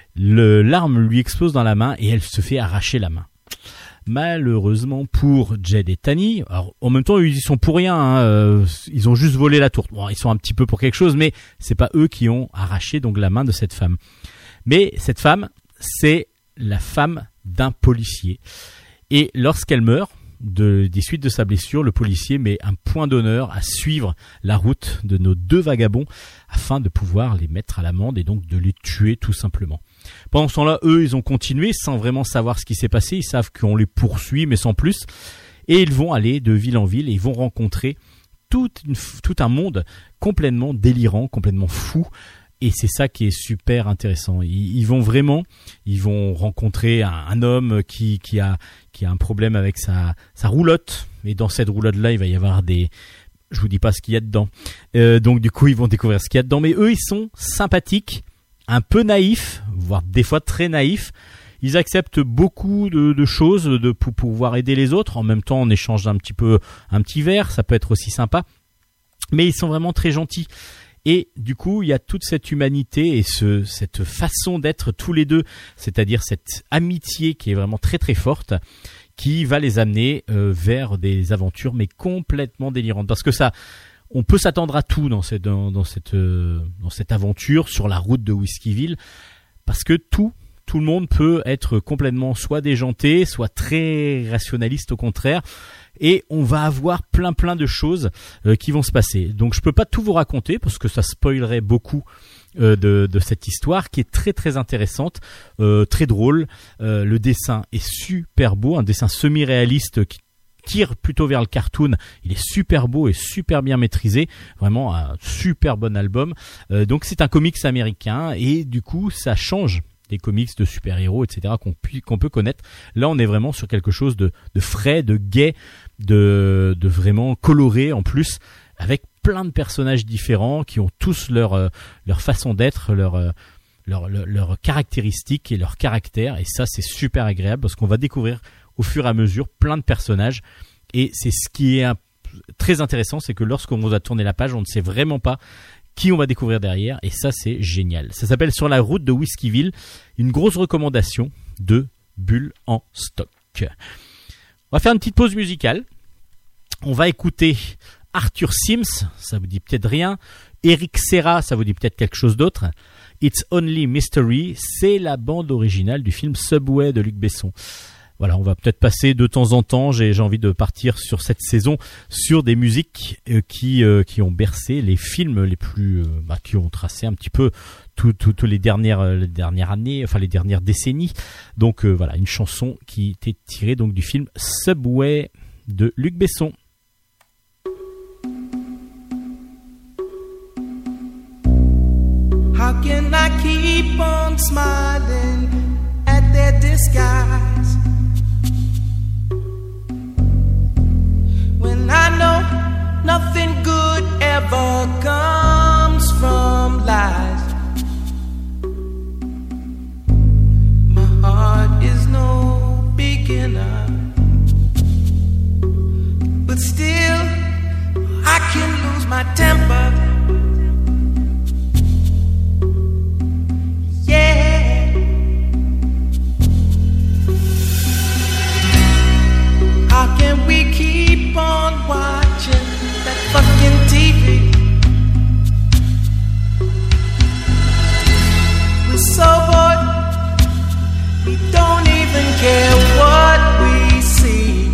le, l'arme lui explose dans la main et elle se fait arracher la main. Malheureusement pour Jed et Tani, alors en même temps ils y sont pour rien, hein, euh, ils ont juste volé la tourte. Bon, ils sont un petit peu pour quelque chose, mais c'est pas eux qui ont arraché donc la main de cette femme. Mais cette femme, c'est la femme d'un policier. Et lorsqu'elle meurt de, des suites de sa blessure, le policier met un point d'honneur à suivre la route de nos deux vagabonds afin de pouvoir les mettre à l'amende et donc de les tuer tout simplement. Pendant ce temps-là, eux, ils ont continué sans vraiment savoir ce qui s'est passé. Ils savent qu'on les poursuit, mais sans plus. Et ils vont aller de ville en ville et ils vont rencontrer tout, une, tout un monde complètement délirant, complètement fou. Et c'est ça qui est super intéressant. Ils, ils vont vraiment, ils vont rencontrer un, un homme qui, qui a, qui a un problème avec sa, sa roulotte. Et dans cette roulotte-là, il va y avoir des, je vous dis pas ce qu'il y a dedans. Euh, donc du coup, ils vont découvrir ce qu'il y a dedans. Mais eux, ils sont sympathiques, un peu naïfs, voire des fois très naïfs. Ils acceptent beaucoup de, de choses de, pour pouvoir aider les autres. En même temps, on échange un petit peu, un petit verre. Ça peut être aussi sympa. Mais ils sont vraiment très gentils. Et du coup, il y a toute cette humanité et ce, cette façon d'être tous les deux, c'est-à-dire cette amitié qui est vraiment très très forte, qui va les amener euh, vers des aventures mais complètement délirantes. Parce que ça, on peut s'attendre à tout dans cette, dans, dans cette, euh, dans cette aventure sur la route de Whiskeyville, parce que tout, tout le monde peut être complètement soit déjanté, soit très rationaliste au contraire. Et on va avoir plein plein de choses euh, qui vont se passer. Donc je peux pas tout vous raconter parce que ça spoilerait beaucoup euh, de, de cette histoire qui est très très intéressante, euh, très drôle. Euh, le dessin est super beau, un dessin semi-réaliste qui tire plutôt vers le cartoon. Il est super beau et super bien maîtrisé. Vraiment un super bon album. Euh, donc c'est un comics américain et du coup ça change des comics de super-héros, et cetera qu'on, pu, qu'on peut connaître. Là, on est vraiment sur quelque chose de, de frais, de gai, de, de vraiment coloré en plus, avec plein de personnages différents qui ont tous leur, euh, leur façon d'être, leur, euh, leur, leur, leur caractéristiques et leur caractère. Et ça, c'est super agréable parce qu'on va découvrir au fur et à mesure plein de personnages. Et c'est ce qui est un, très intéressant, c'est que lorsqu'on va tourner la page, on ne sait vraiment pas qui on va découvrir derrière, et ça c'est génial. Ça s'appelle Sur la route de Whiskeyville, une grosse recommandation de Bulle en stock. On va faire une petite pause musicale. On va écouter Arthur Sims, ça vous dit peut-être rien. Eric Serra, ça vous dit peut-être quelque chose d'autre. It's Only Mystery, c'est la bande originale du film Subway de Luc Besson. Voilà, on va peut-être passer de temps en temps, j'ai, j'ai envie de partir sur cette saison, sur des musiques euh, qui euh, qui ont bercé les films les plus, euh, bah, qui ont tracé un petit peu toutes tout, tout les dernières euh, les dernières années, enfin les dernières décennies. Donc euh, voilà, une chanson qui était tirée donc du film Subway de Luc Besson. How can I keep on smiling at their disguise when I know nothing good ever comes from lies? My heart is no beginner, but still I can lose my temper. Yeah. How can we keep on watching that fucking T V? We're so bored, we don't even care what we see.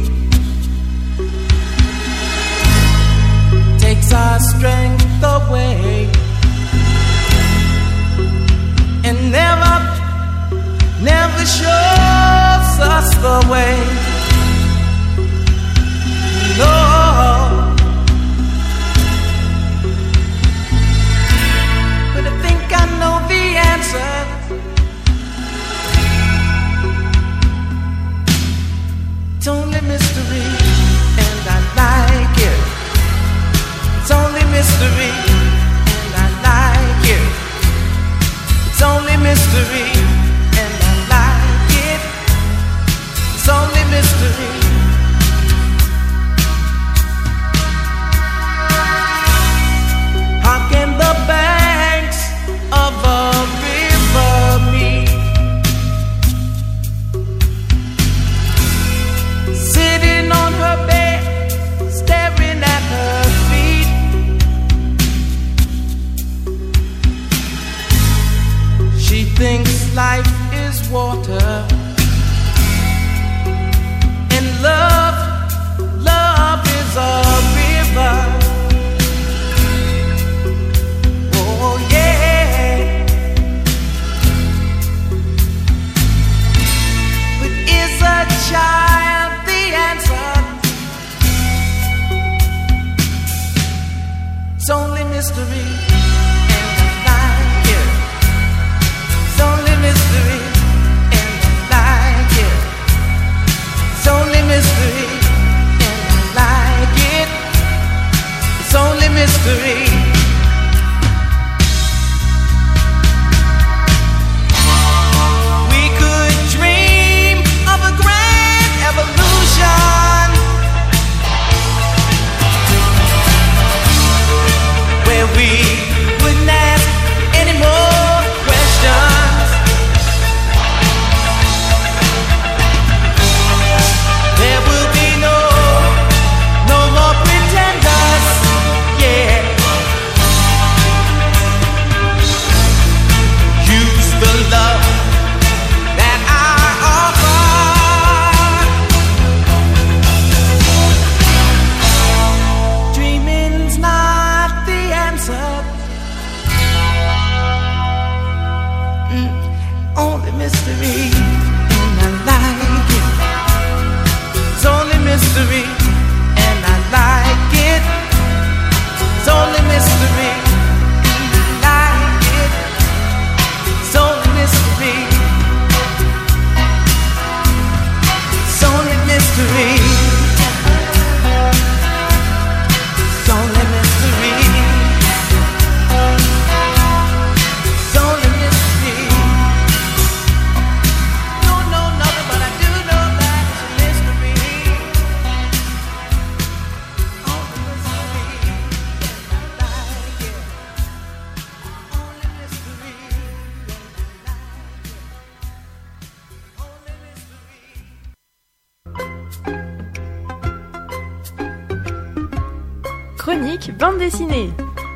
Takes our strength away and never, never shows us the way. No, but I think I know the answer. It's only mystery, and I like it. It's only mystery, and I like it. It's only mystery, and I like it. It's only mystery. How can the banks of a river meet? Sitting on her bed, staring at her feet. She thinks life is water, and love, love is a river. Oh yeah. But is a child the answer? It's only mystery, and I like it. It's only mystery, and I like it. It's only mystery, and I like it. It's only mystery. We could dream of a grand evolution where we wouldn't ask any more questions. There will be no, no more pretenders, yeah. Use the love that I offer. Dreaming's not the answer. Mm, only mystery, and I like it. It's only mystery, and I like it. It's only mystery, and I like it. It's only mystery. It's only mystery. It's only mystery. It's only mystery. Don't know nothing, but I do know that it's a mystery. Only mystery, and I like it. Only mystery, and I like it. Only mystery. Chronique bande dessinée.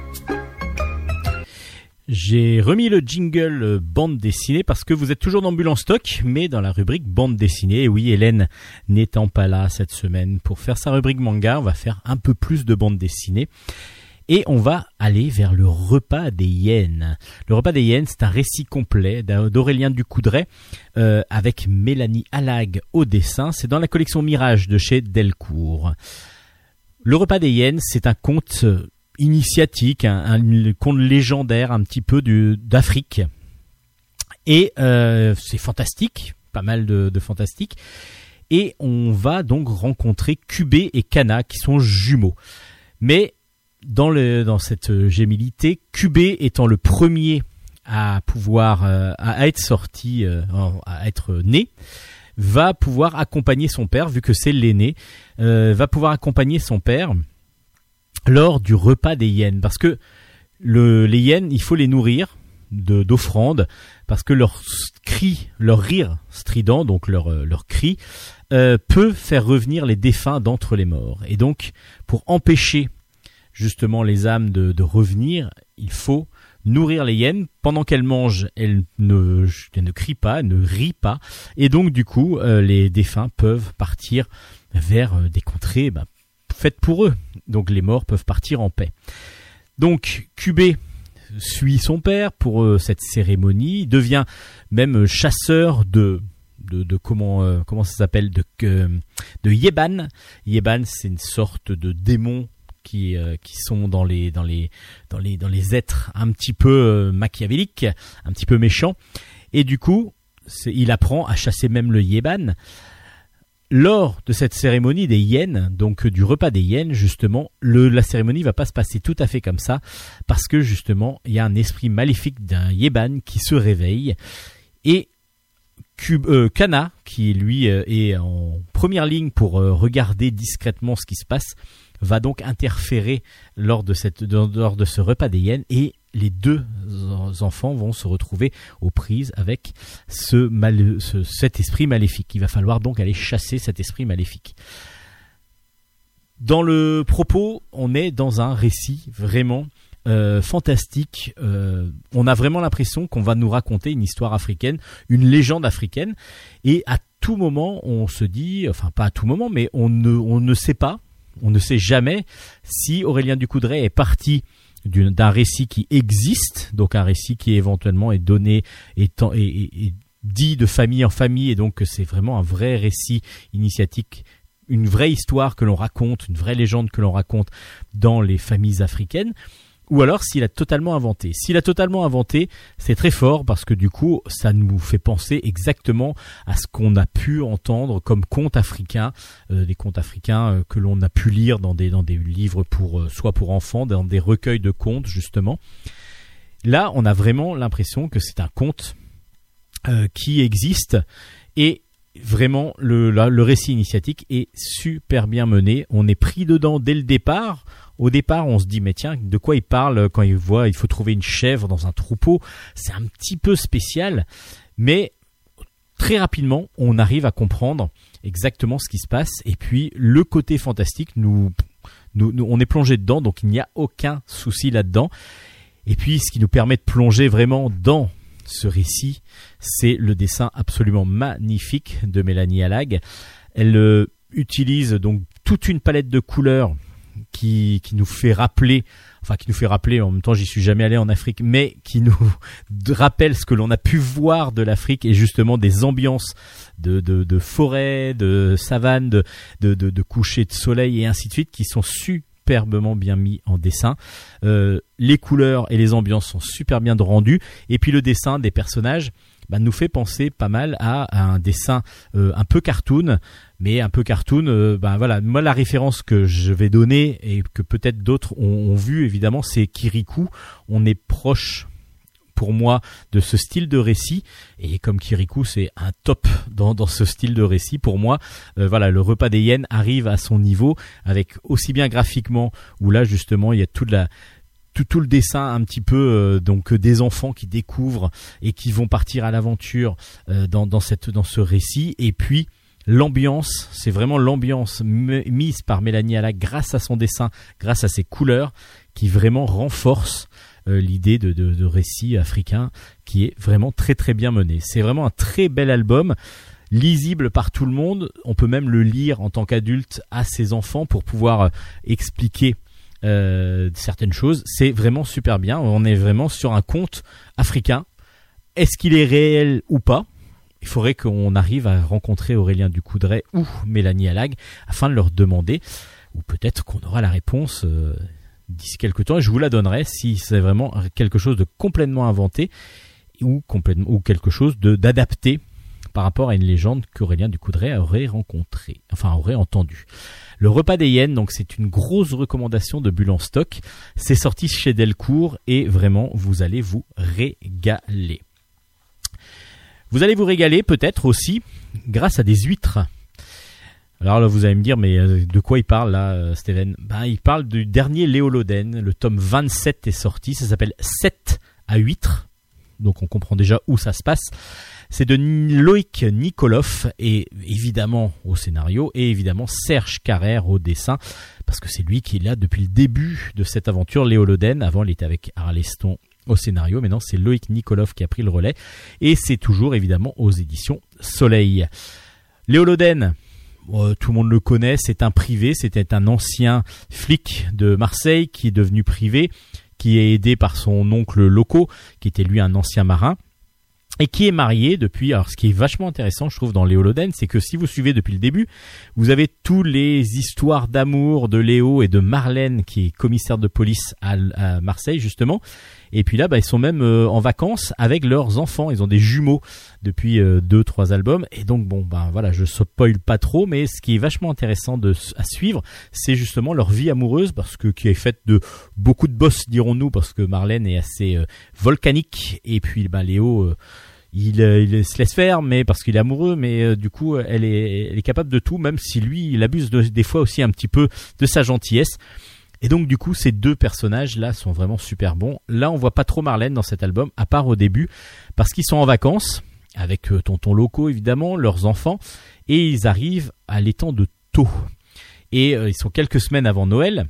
J'ai remis le jingle euh, bande dessinée parce que vous êtes toujours dans Bulle en stock, mais dans la rubrique bande dessinée. Et oui, Hélène n'étant pas là cette semaine pour faire sa rubrique manga, on va faire un peu plus de bande dessinée. Et on va aller vers le repas des hyènes. Le repas des hyènes, c'est un récit complet d'Aurélien Ducoudray euh, avec Mélanie Allague au dessin. C'est dans la collection Mirage de chez Delcourt. Le repas des hyènes, c'est un conte initiatique, un, un conte légendaire un petit peu du, d'Afrique. Et euh, c'est fantastique, pas mal de, de fantastique. Et on va donc rencontrer Cubé et Cana qui sont jumeaux. Mais Dans, le, dans cette gémilité, Cubé étant le premier à pouvoir euh, à être sorti, euh, à être né, va pouvoir accompagner son père, vu que c'est l'aîné, euh, va pouvoir accompagner son père lors du repas des hyènes, parce que le, les hyènes, il faut les nourrir de, d'offrandes, parce que leur cri, leur rire strident, donc leur, leur cri, euh, peut faire revenir les défunts d'entre les morts. Et donc, pour empêcher justement les âmes de, de revenir, il faut nourrir les hyènes. Pendant qu'elles mangent, elles ne, elles ne crient pas, elles ne rient pas, et donc du coup euh, les défunts peuvent partir vers euh, des contrées ben, faites pour eux, donc les morts peuvent partir en paix. Donc Cubé suit son père pour euh, cette cérémonie, il devient même chasseur de de, de comment euh, comment ça s'appelle de euh, de Yeban. Yeban, c'est une sorte de démon qui euh, qui sont dans les dans les dans les dans les êtres un petit peu euh, machiavéliques, un petit peu méchants, et du coup c'est, il apprend à chasser même le Yeban. Lors de cette cérémonie des hyènes, donc du repas des hyènes, justement, le, la cérémonie va pas se passer tout à fait comme ça, parce que justement il y a un esprit maléfique d'un Yeban qui se réveille, et Cub, euh, Cana, qui lui euh, est en première ligne pour euh, regarder discrètement ce qui se passe, va donc interférer lors de, cette, lors de ce repas des hyènes, et les deux enfants vont se retrouver aux prises avec ce mal, ce, cet esprit maléfique. Il va falloir donc aller chasser cet esprit maléfique. Dans le propos, on est dans un récit vraiment euh, fantastique. Euh, on a vraiment l'impression qu'on va nous raconter une histoire africaine, une légende africaine, et à tout moment, on se dit, enfin pas à tout moment, mais on ne, on ne sait pas, on ne sait jamais si Aurélien Ducoudray est parti d'une, d'un récit qui existe, donc un récit qui éventuellement est donné, étant, et, et, et dit de famille en famille, et donc c'est vraiment un vrai récit initiatique, une vraie histoire que l'on raconte, une vraie légende que l'on raconte dans les familles africaines, ou alors s'il a totalement inventé. S'il a totalement inventé, c'est très fort, parce que du coup, ça nous fait penser exactement à ce qu'on a pu entendre comme contes africains, euh, des contes africains euh, que l'on a pu lire dans des, dans des livres pour, euh, soit pour enfants, dans des recueils de contes, justement. Là, on a vraiment l'impression que c'est un conte euh, qui existe, et vraiment, le, là, le récit initiatique est super bien mené. On est pris dedans dès le départ. Au départ, on se dit, mais tiens, de quoi il parle quand il voit, il faut trouver une chèvre dans un troupeau. C'est un petit peu spécial, mais très rapidement, on arrive à comprendre exactement ce qui se passe. Et puis, le côté fantastique, nous, nous, nous on est plongé dedans, donc il n'y a aucun souci là-dedans. Et puis, ce qui nous permet de plonger vraiment dans ce récit, c'est le dessin absolument magnifique de Mélanie Allague. Elle euh, utilise donc toute une palette de couleurs qui qui nous fait rappeler, enfin qui nous fait rappeler, en même temps j'y suis jamais allé en Afrique, mais qui nous rappelle ce que l'on a pu voir de l'Afrique, et justement des ambiances de de, de forêt, de savane, de, de de de coucher de soleil et ainsi de suite, qui sont superbement bien mis en dessin. Euh, les couleurs et les ambiances sont super bien rendues, et puis le dessin des personnages bah, nous fait penser pas mal à, à un dessin euh, un peu cartoon, mais un peu cartoon. Euh, bah, voilà, moi la référence que je vais donner, et que peut-être d'autres ont, ont vu évidemment, c'est Kirikou. On est proche, pour moi, de ce style de récit, et comme Kirikou c'est un top dans, dans ce style de récit, pour moi, euh, voilà, le repas des hyènes arrive à son niveau, avec aussi bien graphiquement, où là justement il y a toute la Tout, tout le dessin un petit peu euh, donc euh, des enfants qui découvrent et qui vont partir à l'aventure euh, dans, dans, cette, dans ce récit, et puis l'ambiance, c'est vraiment l'ambiance m- mise par Mélanie Allague grâce à son dessin, grâce à ses couleurs, qui vraiment renforce euh, l'idée de, de, de récit africain, qui est vraiment très très bien mené. C'est vraiment un très bel album, lisible par tout le monde. On peut même le lire en tant qu'adulte à ses enfants pour pouvoir euh, expliquer euh, certaines choses. C'est vraiment super bien. On est vraiment sur un conte africain. Est-ce qu'il est réel ou pas ? Il faudrait qu'on arrive à rencontrer Aurélien Ducoudray ou Mélanie Allag afin de leur demander, ou peut-être qu'on aura la réponse euh, d'ici quelques temps et je vous la donnerai si c'est vraiment quelque chose de complètement inventé ou, complètement, ou quelque chose de, d'adapté par rapport à une légende qu'Aurélien Ducoudray aurait rencontrée, enfin aurait entendue. Le repas des hyènes, donc c'est une grosse recommandation de Bulle en stock. C'est sorti chez Delcourt et vraiment vous allez vous régaler. Vous allez vous régaler peut-être aussi grâce à des huîtres. Alors là, vous allez me dire, mais de quoi il parle là, Steven ? Ben, il parle du dernier Léo Loden. Le tome vingt-sept est sorti. Ça s'appelle sept à huîtres. Donc on comprend déjà où ça se passe. C'est de Loïc Nikolov et évidemment au scénario et évidemment Serge Carrère au dessin parce que c'est lui qui est là depuis le début de cette aventure. Léo Loden, avant il était avec Arleston au scénario, maintenant c'est Loïc Nikolov qui a pris le relais et c'est toujours évidemment aux éditions Soleil. Léo Loden, euh, tout le monde le connaît, c'est un privé, c'était un ancien flic de Marseille qui est devenu privé, qui est aidé par son oncle Loco, qui était lui un ancien marin, et qui est marié depuis. Alors ce qui est vachement intéressant je trouve dans Léo Loden, c'est que si vous suivez depuis le début, vous avez tous les histoires d'amour de Léo et de Marlène qui est commissaire de police à, à Marseille justement, et puis là bah, ils sont même euh, en vacances avec leurs enfants, ils ont des jumeaux depuis euh, deux trois albums, et donc bon ben voilà, je spoil pas trop, mais ce qui est vachement intéressant de, à suivre, c'est justement leur vie amoureuse, parce que qui est faite de beaucoup de bosses dirons-nous, parce que Marlène est assez euh, volcanique, et puis ben Léo euh, Il, il se laisse faire, mais parce qu'il est amoureux, mais euh, du coup, elle est, elle est capable de tout, même si lui, il abuse de, des fois aussi un petit peu de sa gentillesse. Et donc, du coup, ces deux personnages-là sont vraiment super bons. Là, on voit pas trop Marlène dans cet album, à part au début, parce qu'ils sont en vacances, avec euh, tonton Loco, évidemment, leurs enfants, et ils arrivent à l'étang de Thau. Et euh, ils sont quelques semaines avant Noël,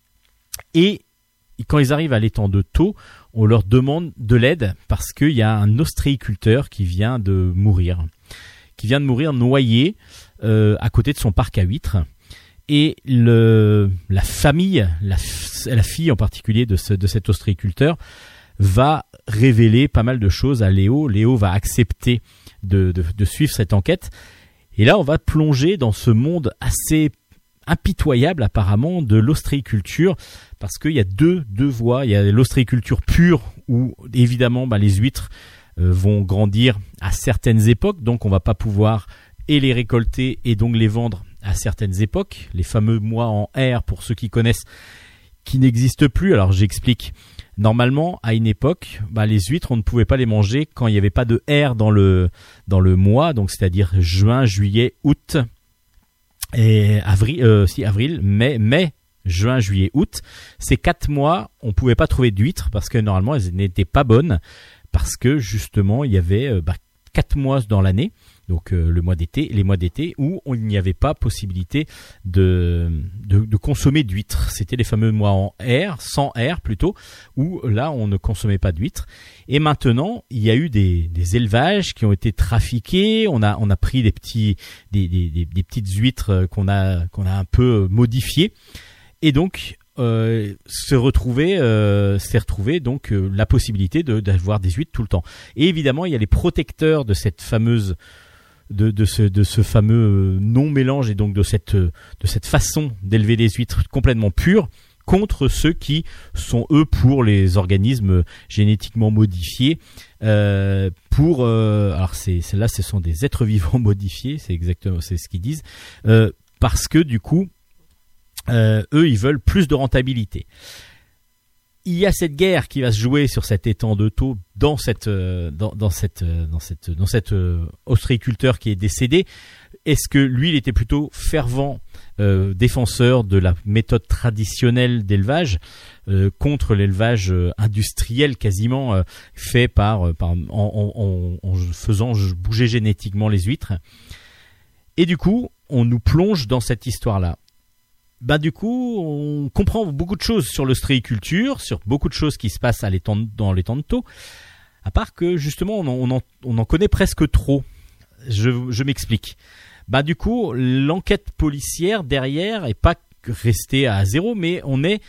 et quand ils arrivent à l'étang de Thau, on leur demande de l'aide parce qu'il y a un ostréiculteur qui vient de mourir, qui vient de mourir noyé euh, à côté de son parc à huîtres. Et le, la famille, la, la fille en particulier de, ce, de cet ostréiculteur, va révéler pas mal de choses à Léo. Léo va accepter de, de, de suivre cette enquête. Et là, on va plonger dans ce monde assez impitoyable apparemment de l'ostréiculture, parce qu'il y a deux, deux voies. Il y a l'ostréiculture pure où évidemment bah, les huîtres euh, vont grandir à certaines époques, donc on va pas pouvoir et les récolter et donc les vendre à certaines époques, les fameux mois en R pour ceux qui connaissent, qui n'existent plus. Alors j'explique. Normalement, à une époque, bah, les huîtres, on ne pouvait pas les manger quand il n'y avait pas de R dans le, dans le mois, donc c'est-à-dire juin, juillet, août, et avril, euh, si avril, mai, mai, juin, juillet, août. Ces quatre mois, on pouvait pas trouver d'huîtres parce que normalement, elles n'étaient pas bonnes parce que justement, il y avait euh, bah, quatre mois dans l'année. Donc euh, le mois d'été, les mois d'été où on, il n'y avait pas possibilité de, de, de consommer d'huîtres. C'était les fameux mois en R, sans R plutôt, où là on ne consommait pas d'huîtres. Et maintenant, il y a eu des, des élevages qui ont été trafiqués. On a, on a pris des petits, des, des, des, des petites huîtres qu'on a, qu'on a un peu modifiées. Et donc euh, se retrouver, euh, s'est retrouvé donc euh, la possibilité de, d'avoir des huîtres tout le temps. Et évidemment, il y a les protecteurs de cette fameuse De, de ce de ce fameux non mélange et donc de cette de cette façon d'élever les huîtres complètement pures contre ceux qui sont eux pour les organismes génétiquement modifiés euh, pour euh, alors c'est c'est là ce sont des êtres vivants modifiés, c'est exactement c'est ce qu'ils disent euh, parce que du coup euh, eux ils veulent plus de rentabilité. Il y a cette guerre qui va se jouer sur cet étang de Thau dans cette dans, dans cette dans cette dans cet euh, ostréiculteur qui est décédé. Est-ce que lui il était plutôt fervent euh, défenseur de la méthode traditionnelle d'élevage euh, contre l'élevage euh, industriel quasiment euh, fait par par en, en, en faisant bouger génétiquement les huîtres. Et du coup, on nous plonge dans cette histoire-là. Bah du coup, on comprend beaucoup de choses sur l'ostréiculture, sur beaucoup de choses qui se passent à l'étang, dans l'étang de Thau, à part que justement on en, on en, on en connaît presque trop. Je, je m'explique. Bah du coup, l'enquête policière derrière est pas restée à zéro, mais on est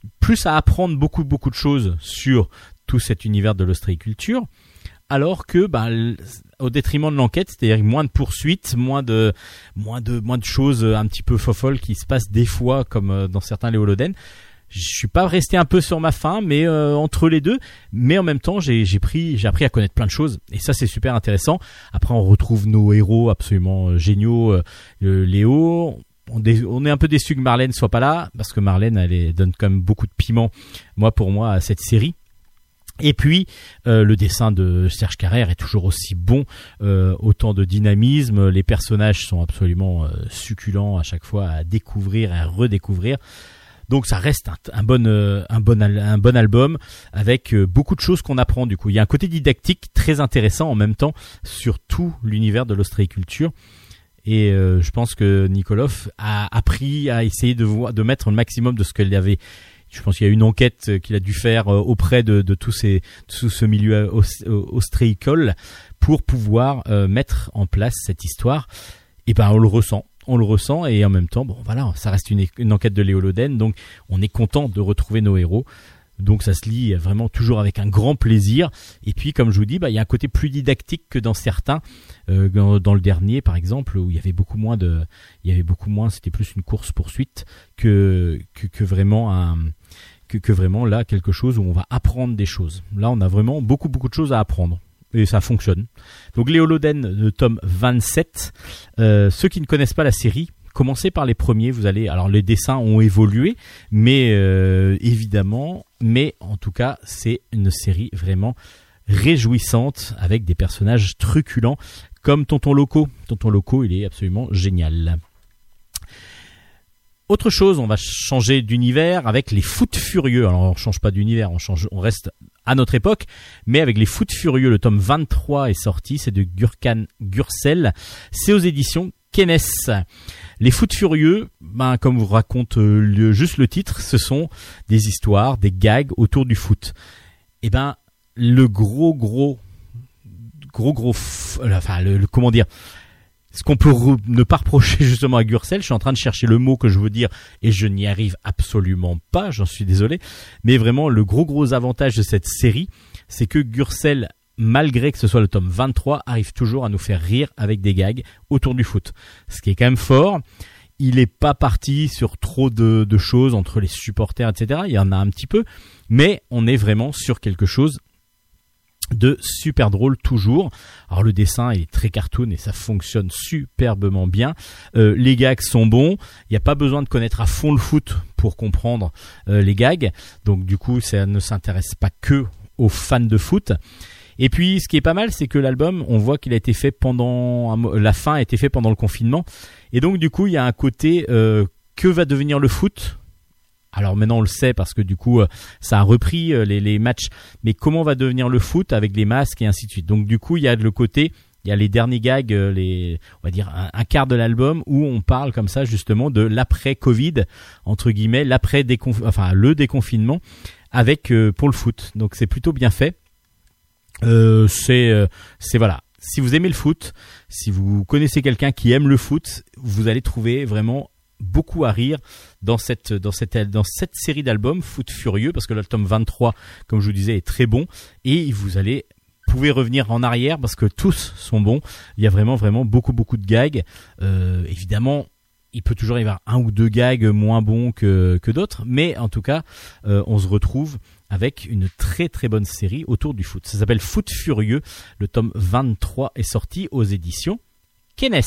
plus à apprendre beaucoup beaucoup de choses sur tout cet univers de l'ostréiculture, alors que bah, au détriment de l'enquête, c'est-à-dire moins de poursuites, moins de moins de moins de choses un petit peu fofolles qui se passent des fois comme dans certains Léoloden. Je suis pas resté un peu sur ma faim, mais euh, entre les deux, mais en même temps j'ai j'ai pris j'ai appris à connaître plein de choses et ça c'est super intéressant. Après on retrouve nos héros absolument euh, géniaux, euh, Léo. On, dé, on est un peu déçu que Marlène soit pas là parce que Marlène elle est, donne quand même beaucoup de piment, moi pour moi à cette série. Et puis euh, le dessin de Serge Carrère est toujours aussi bon, euh, autant de dynamisme, les personnages sont absolument euh, succulents à chaque fois à découvrir, à redécouvrir. Donc ça reste un, un bon euh, un bon un bon album avec euh, beaucoup de choses qu'on apprend du coup. Il y a un côté didactique très intéressant en même temps sur tout l'univers de l'ostréiculture. Et euh, je pense que Nikolov a appris à essayer de voir, de mettre le maximum de ce qu'elle avait. Je pense qu'il y a une enquête qu'il a dû faire auprès de, de tous ces, tout ce milieu ostréicole pour pouvoir euh, mettre en place cette histoire. Et ben on le ressent, on le ressent et en même temps, bon voilà, ça reste une, une enquête de Léoloden, donc on est content de retrouver nos héros. Donc ça se lit vraiment toujours avec un grand plaisir. Et puis comme je vous dis, bah il y a un côté plus didactique que dans certains. Euh, dans, dans le dernier par exemple, où il y avait beaucoup moins de, il y avait beaucoup moins, c'était plus une course poursuite que que, que vraiment un que, que vraiment là quelque chose où on va apprendre des choses. Là on a vraiment beaucoup beaucoup de choses à apprendre. Et ça fonctionne. Donc Léoloden, le tome vingt-sept. Euh, ceux qui ne connaissent pas la série, commencez par les premiers. Vous allez, alors les dessins ont évolué, mais euh, évidemment, mais en tout cas, c'est une série vraiment réjouissante avec des personnages truculents comme Tonton Loco. Tonton Loco, il est absolument génial. Autre chose, on va changer d'univers avec les Foot Furieux. Alors on change pas d'univers, on change, on reste à notre époque, mais avec les Foot Furieux, le tome vingt-trois est sorti, c'est de Gurkan Gürsel, c'est aux éditions Kenes. Les Foot Furieux, ben comme vous raconte le, juste le titre, ce sont des histoires, des gags autour du foot. Et ben le gros gros gros gros, f- enfin le, le comment dire. Ce qu'on peut re- ne pas reprocher justement à Gürsel, je suis en train de chercher le mot que je veux dire et je n'y arrive absolument pas, j'en suis désolé. Mais vraiment, le gros gros avantage de cette série, c'est que Gürsel, malgré que ce soit le tome vingt-trois, arrive toujours à nous faire rire avec des gags autour du foot. Ce qui est quand même fort. Il est pas parti sur trop de, de choses entre les supporters, et cetera. Il y en a un petit peu, mais on est vraiment sur quelque chose de super drôle toujours. Alors le dessin il est très cartoon et ça fonctionne superbement bien. Euh, les gags sont bons. Il n'y a pas besoin de connaître à fond le foot pour comprendre euh, les gags. Donc du coup ça ne s'intéresse pas que aux fans de foot. Et puis ce qui est pas mal c'est que l'album on voit qu'il a été fait pendant la fin a été fait pendant le confinement. Et donc du coup il y a un côté euh, que va devenir le foot. Alors maintenant on le sait parce que du coup ça a repris les, les matchs, mais comment va devenir le foot avec les masques et ainsi de suite. Donc du coup il y a de le côté, il y a les derniers gags, les, on va dire un, un quart de l'album où on parle comme ça justement de l'après-Covid entre guillemets, l'après déconf, enfin le déconfinement avec euh, pour le foot. Donc c'est plutôt bien fait. Euh, c'est euh, c'est voilà. Si vous aimez le foot, si vous connaissez quelqu'un qui aime le foot, vous allez trouver vraiment beaucoup à rire dans cette dans cette dans cette série d'albums Foot Furieux parce que le tome vingt-trois comme je vous disais est très bon et vous allez pouvez revenir en arrière parce que tous sont bons. Il y a vraiment vraiment beaucoup beaucoup de gags. Euh, évidemment il peut toujours y avoir un ou deux gags moins bons que que d'autres, mais en tout cas euh, on se retrouve avec une très très bonne série autour du foot. Ça s'appelle Foot Furieux. Le tome vingt-trois est sorti aux éditions Kenes.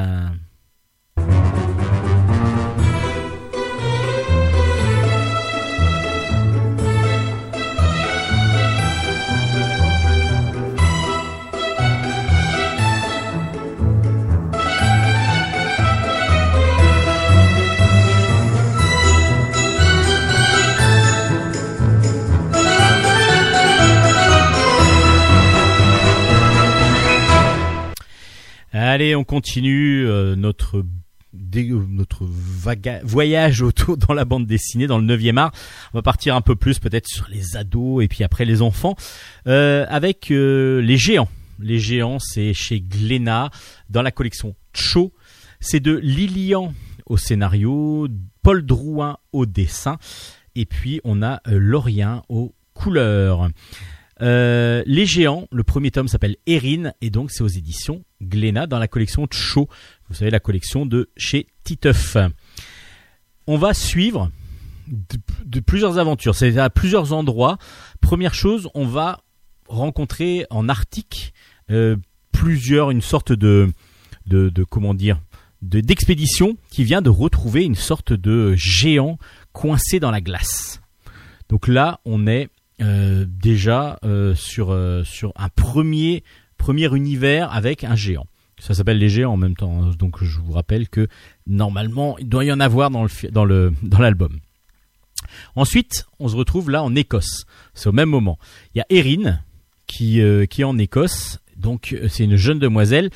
Allez, on continue euh, notre dé, notre vaga, voyage autour dans la bande dessinée, dans le neuvième art. On va partir un peu plus peut-être sur les ados et puis après les enfants euh, avec euh, les géants. Les géants, c'est chez Glénat dans la collection Cho. C'est de Lilian au scénario, Paul Drouin au dessin. et puis on a euh, Lorien aux couleurs. Euh, les géants, le premier tome s'appelle Erin et donc c'est aux éditions Glénat dans la collection Tcho, vous savez la collection de chez Titeuf. On va suivre de, de plusieurs aventures, c'est à plusieurs endroits. Première chose, on va rencontrer en Arctique euh, plusieurs, une sorte de, de, de comment dire, de, d'expédition qui vient de retrouver une sorte de géant coincé dans la glace. Donc là, on est Euh, déjà euh, sur euh, sur un premier premier univers avec un géant. Ça s'appelle les géants en même temps. Donc je vous rappelle que normalement il doit y en avoir dans le dans le dans l'album. Ensuite, on se retrouve là en Écosse. C'est au même moment. Il y a Erin qui euh, qui est en Écosse. Donc c'est une jeune demoiselle.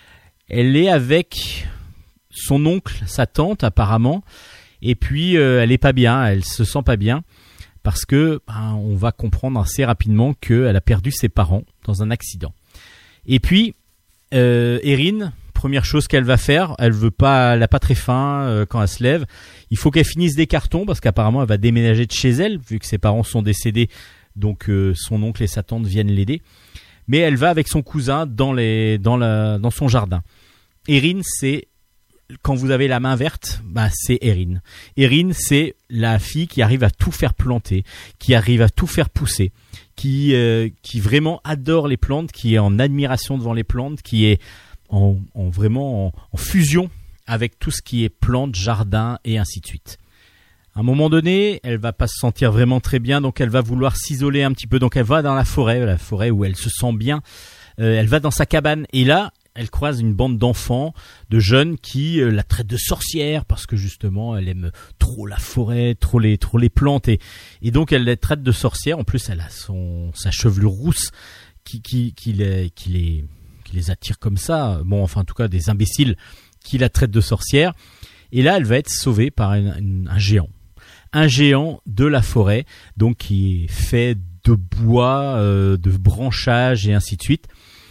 Elle est avec son oncle, sa tante apparemment. Et puis euh, elle est pas bien. Elle se sent pas bien. Parce que ben, on va comprendre assez rapidement qu'elle a perdu ses parents dans un accident. Et puis, euh, Erin, première chose qu'elle va faire, elle veut pas, elle a pas très faim euh, quand elle se lève. Il faut qu'elle finisse des cartons parce qu'apparemment elle va déménager de chez elle vu que ses parents sont décédés. Donc euh, son oncle et sa tante viennent l'aider. Mais elle va avec son cousin dans les, dans la, dans son jardin. Erin, c'est quand vous avez la main verte, bah c'est Erin. Erin, c'est la fille qui arrive à tout faire planter, qui arrive à tout faire pousser, qui euh, qui vraiment adore les plantes, qui est en admiration devant les plantes, qui est en, en vraiment en, en fusion avec tout ce qui est plantes, jardin et ainsi de suite. À un moment donné, elle va pas se sentir vraiment très bien, donc elle va vouloir s'isoler un petit peu. Donc elle va dans la forêt, la forêt où elle se sent bien. Euh, elle va dans sa cabane et là, elle croise une bande d'enfants, de jeunes qui euh, la traitent de sorcière parce que justement elle aime trop la forêt, trop les, trop les plantes et, et donc elle les traite de sorcière. En plus, elle a son, sa chevelure rousse qui, qui, qui, les, qui, les, qui les attire comme ça. Bon, enfin en tout cas des imbéciles qui la traitent de sorcière. Et là, elle va être sauvée par une, une, un géant. Un géant de la forêt, donc qui est fait de bois, euh, de branchages et ainsi de suite.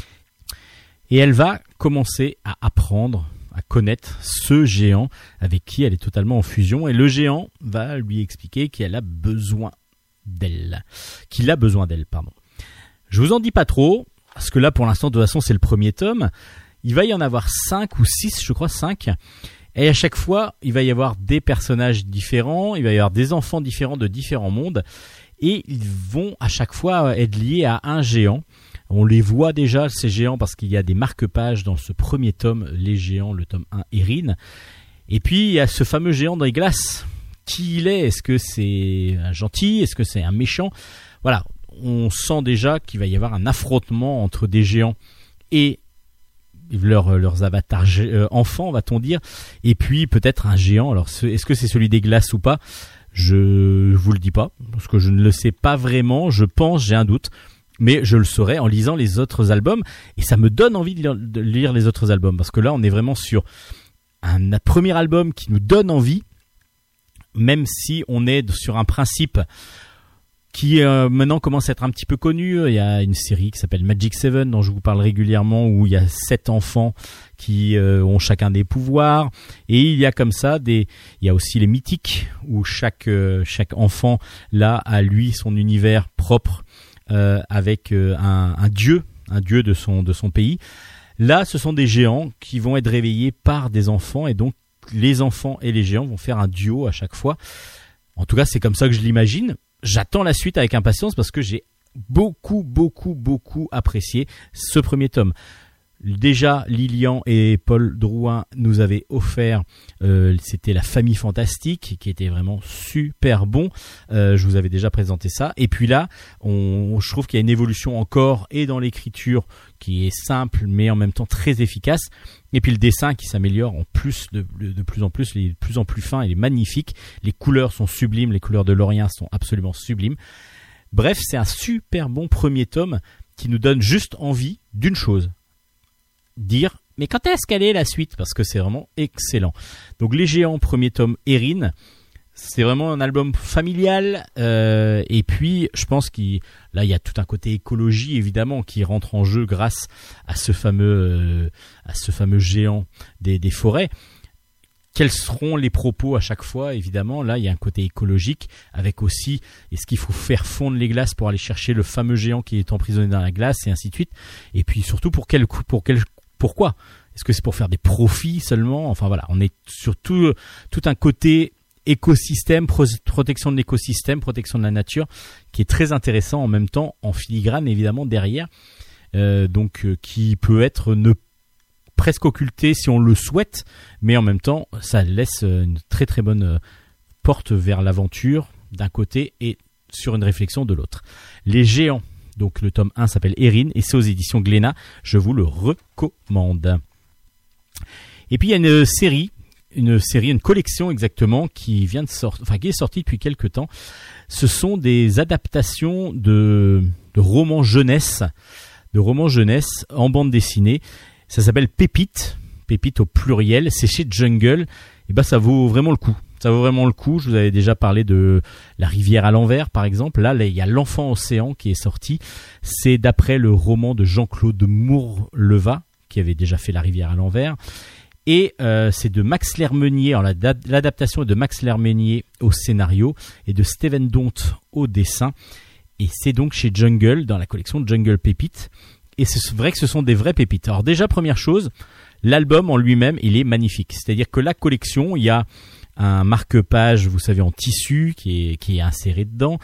Et elle va commencer à apprendre, à connaître ce géant avec qui elle est totalement en fusion. Et le géant va lui expliquer qu'elle a besoin d'elle. Qu'il a besoin d'elle, pardon. Je vous en dis pas trop, parce que là, pour l'instant, de toute façon, c'est le premier tome. Il va y en avoir cinq ou six, je crois, cinq. Et à chaque fois, il va y avoir des personnages différents, il va y avoir des enfants différents de différents mondes. Et ils vont à chaque fois être liés à un géant. On les voit déjà, ces géants, parce qu'il y a des marque-pages dans ce premier tome, les géants, le tome un, Erin. Et puis, il y a ce fameux géant dans les glaces. Qui il est ? Est-ce que c'est un gentil ? Est-ce que c'est un méchant ? Voilà, on sent déjà qu'il va y avoir un affrontement entre des géants et leur, leurs avatars euh, enfants, va-t-on dire. Et puis, peut-être un géant. Alors, est-ce que c'est celui des glaces ou pas ? Je vous le dis pas, parce que je ne le sais pas vraiment. Je pense, j'ai un doute. Mais je le saurai en lisant les autres albums et ça me donne envie de lire, de lire les autres albums parce que là on est vraiment sur un premier album qui nous donne envie, même si on est sur un principe qui euh, maintenant commence à être un petit peu connu. Il y a une série qui s'appelle Magic Seven dont je vous parle régulièrement où il y a sept enfants qui euh, ont chacun des pouvoirs et il y a comme ça des, il y a aussi les mythiques où chaque euh, chaque enfant là a lui son univers propre. Euh, avec euh, un, un dieu, un dieu de son de son pays. Là, ce sont des géants qui vont être réveillés par des enfants et donc les enfants et les géants vont faire un duo à chaque fois. En tout cas, c'est comme ça que je l'imagine. J'attends la suite avec impatience parce que j'ai beaucoup, beaucoup, beaucoup apprécié ce premier tome. Déjà, Lilian et Paul Drouin nous avaient offert, euh, c'était La Famille Fantastique, qui était vraiment super bon. Euh, je vous avais déjà présenté ça. Et puis là, on, je trouve qu'il y a une évolution encore, et dans l'écriture qui est simple, mais en même temps très efficace. Et puis le dessin qui s'améliore en plus de, de, de plus en plus, il est de plus en plus fin, il est magnifique. Les couleurs sont sublimes, les couleurs de Lorien sont absolument sublimes. Bref, c'est un super bon premier tome qui nous donne juste envie d'une chose. Dire mais quand est-ce qu'elle est la suite, parce que c'est vraiment excellent. Donc Les Géants, premier tome, Erin, c'est vraiment un album familial euh, et puis je pense qu'il là il y a tout un côté écologie évidemment qui rentre en jeu grâce à ce fameux euh, à ce fameux géant des, des forêts. quels seront les propos à chaque fois. Évidemment, là, il y a un côté écologique avec aussi est-ce qu'il faut faire fondre les glaces pour aller chercher le fameux géant qui est emprisonné dans la glace et ainsi de suite. Et puis surtout pour quel pour quel pourquoi est-ce que c'est pour faire des profits seulement? Enfin voilà, on est sur tout, tout un côté écosystème, pro- protection de l'écosystème, protection de la nature, qui est très intéressant en même temps, en filigrane évidemment derrière, euh, donc euh, qui peut être ne, presque occulté si on le souhaite, mais en même temps ça laisse une très très bonne euh, porte vers l'aventure d'un côté et sur une réflexion de l'autre. Les géants, donc le tome un s'appelle Erin et c'est aux éditions Glénat, je vous le recommande. Et puis il y a une série une série, une collection exactement qui vient de sortir, enfin qui est sortie depuis quelques temps. Ce sont des adaptations de, de romans jeunesse, de romans jeunesse en bande dessinée. Ça s'appelle Pépites, Pépites au pluriel. C'est chez Jungle. Et ben ça vaut vraiment le coup. Ça vaut vraiment le coup. Je vous avais déjà parlé de La rivière à l'envers, par exemple. Là, là il y a L'enfant océan qui est sorti. C'est d'après le roman de Jean-Claude Mourleva qui avait déjà fait La rivière à l'envers. Et euh, c'est de Max Lermenier, alors l'adaptation est de Max Lermenier au scénario et de Steven Dont au dessin. Et c'est donc chez Jungle, dans la collection Jungle Pépites. Et c'est vrai que ce sont des vraies pépites. Alors déjà, première chose, l'album en lui-même, il est magnifique. C'est-à-dire que la collection, il y a un marque-page, vous savez, en tissu qui est, qui est inséré dedans.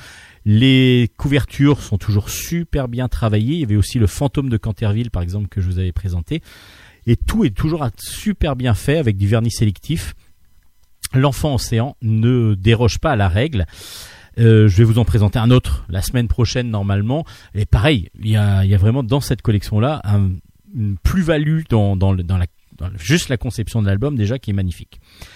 Les couvertures sont toujours super bien travaillées. Il y avait aussi le fantôme de Canterville, par exemple, que je vous avais présenté. Et tout est toujours super bien fait avec du vernis sélectif. L'enfant océan ne déroge pas à la règle. Euh, je vais vous en présenter un autre la semaine prochaine normalement. Et pareil, il y a, il y a vraiment dans cette collection-là un, une plus-value dans, dans, dans, la, dans juste la conception de l'album déjà qui est magnifique.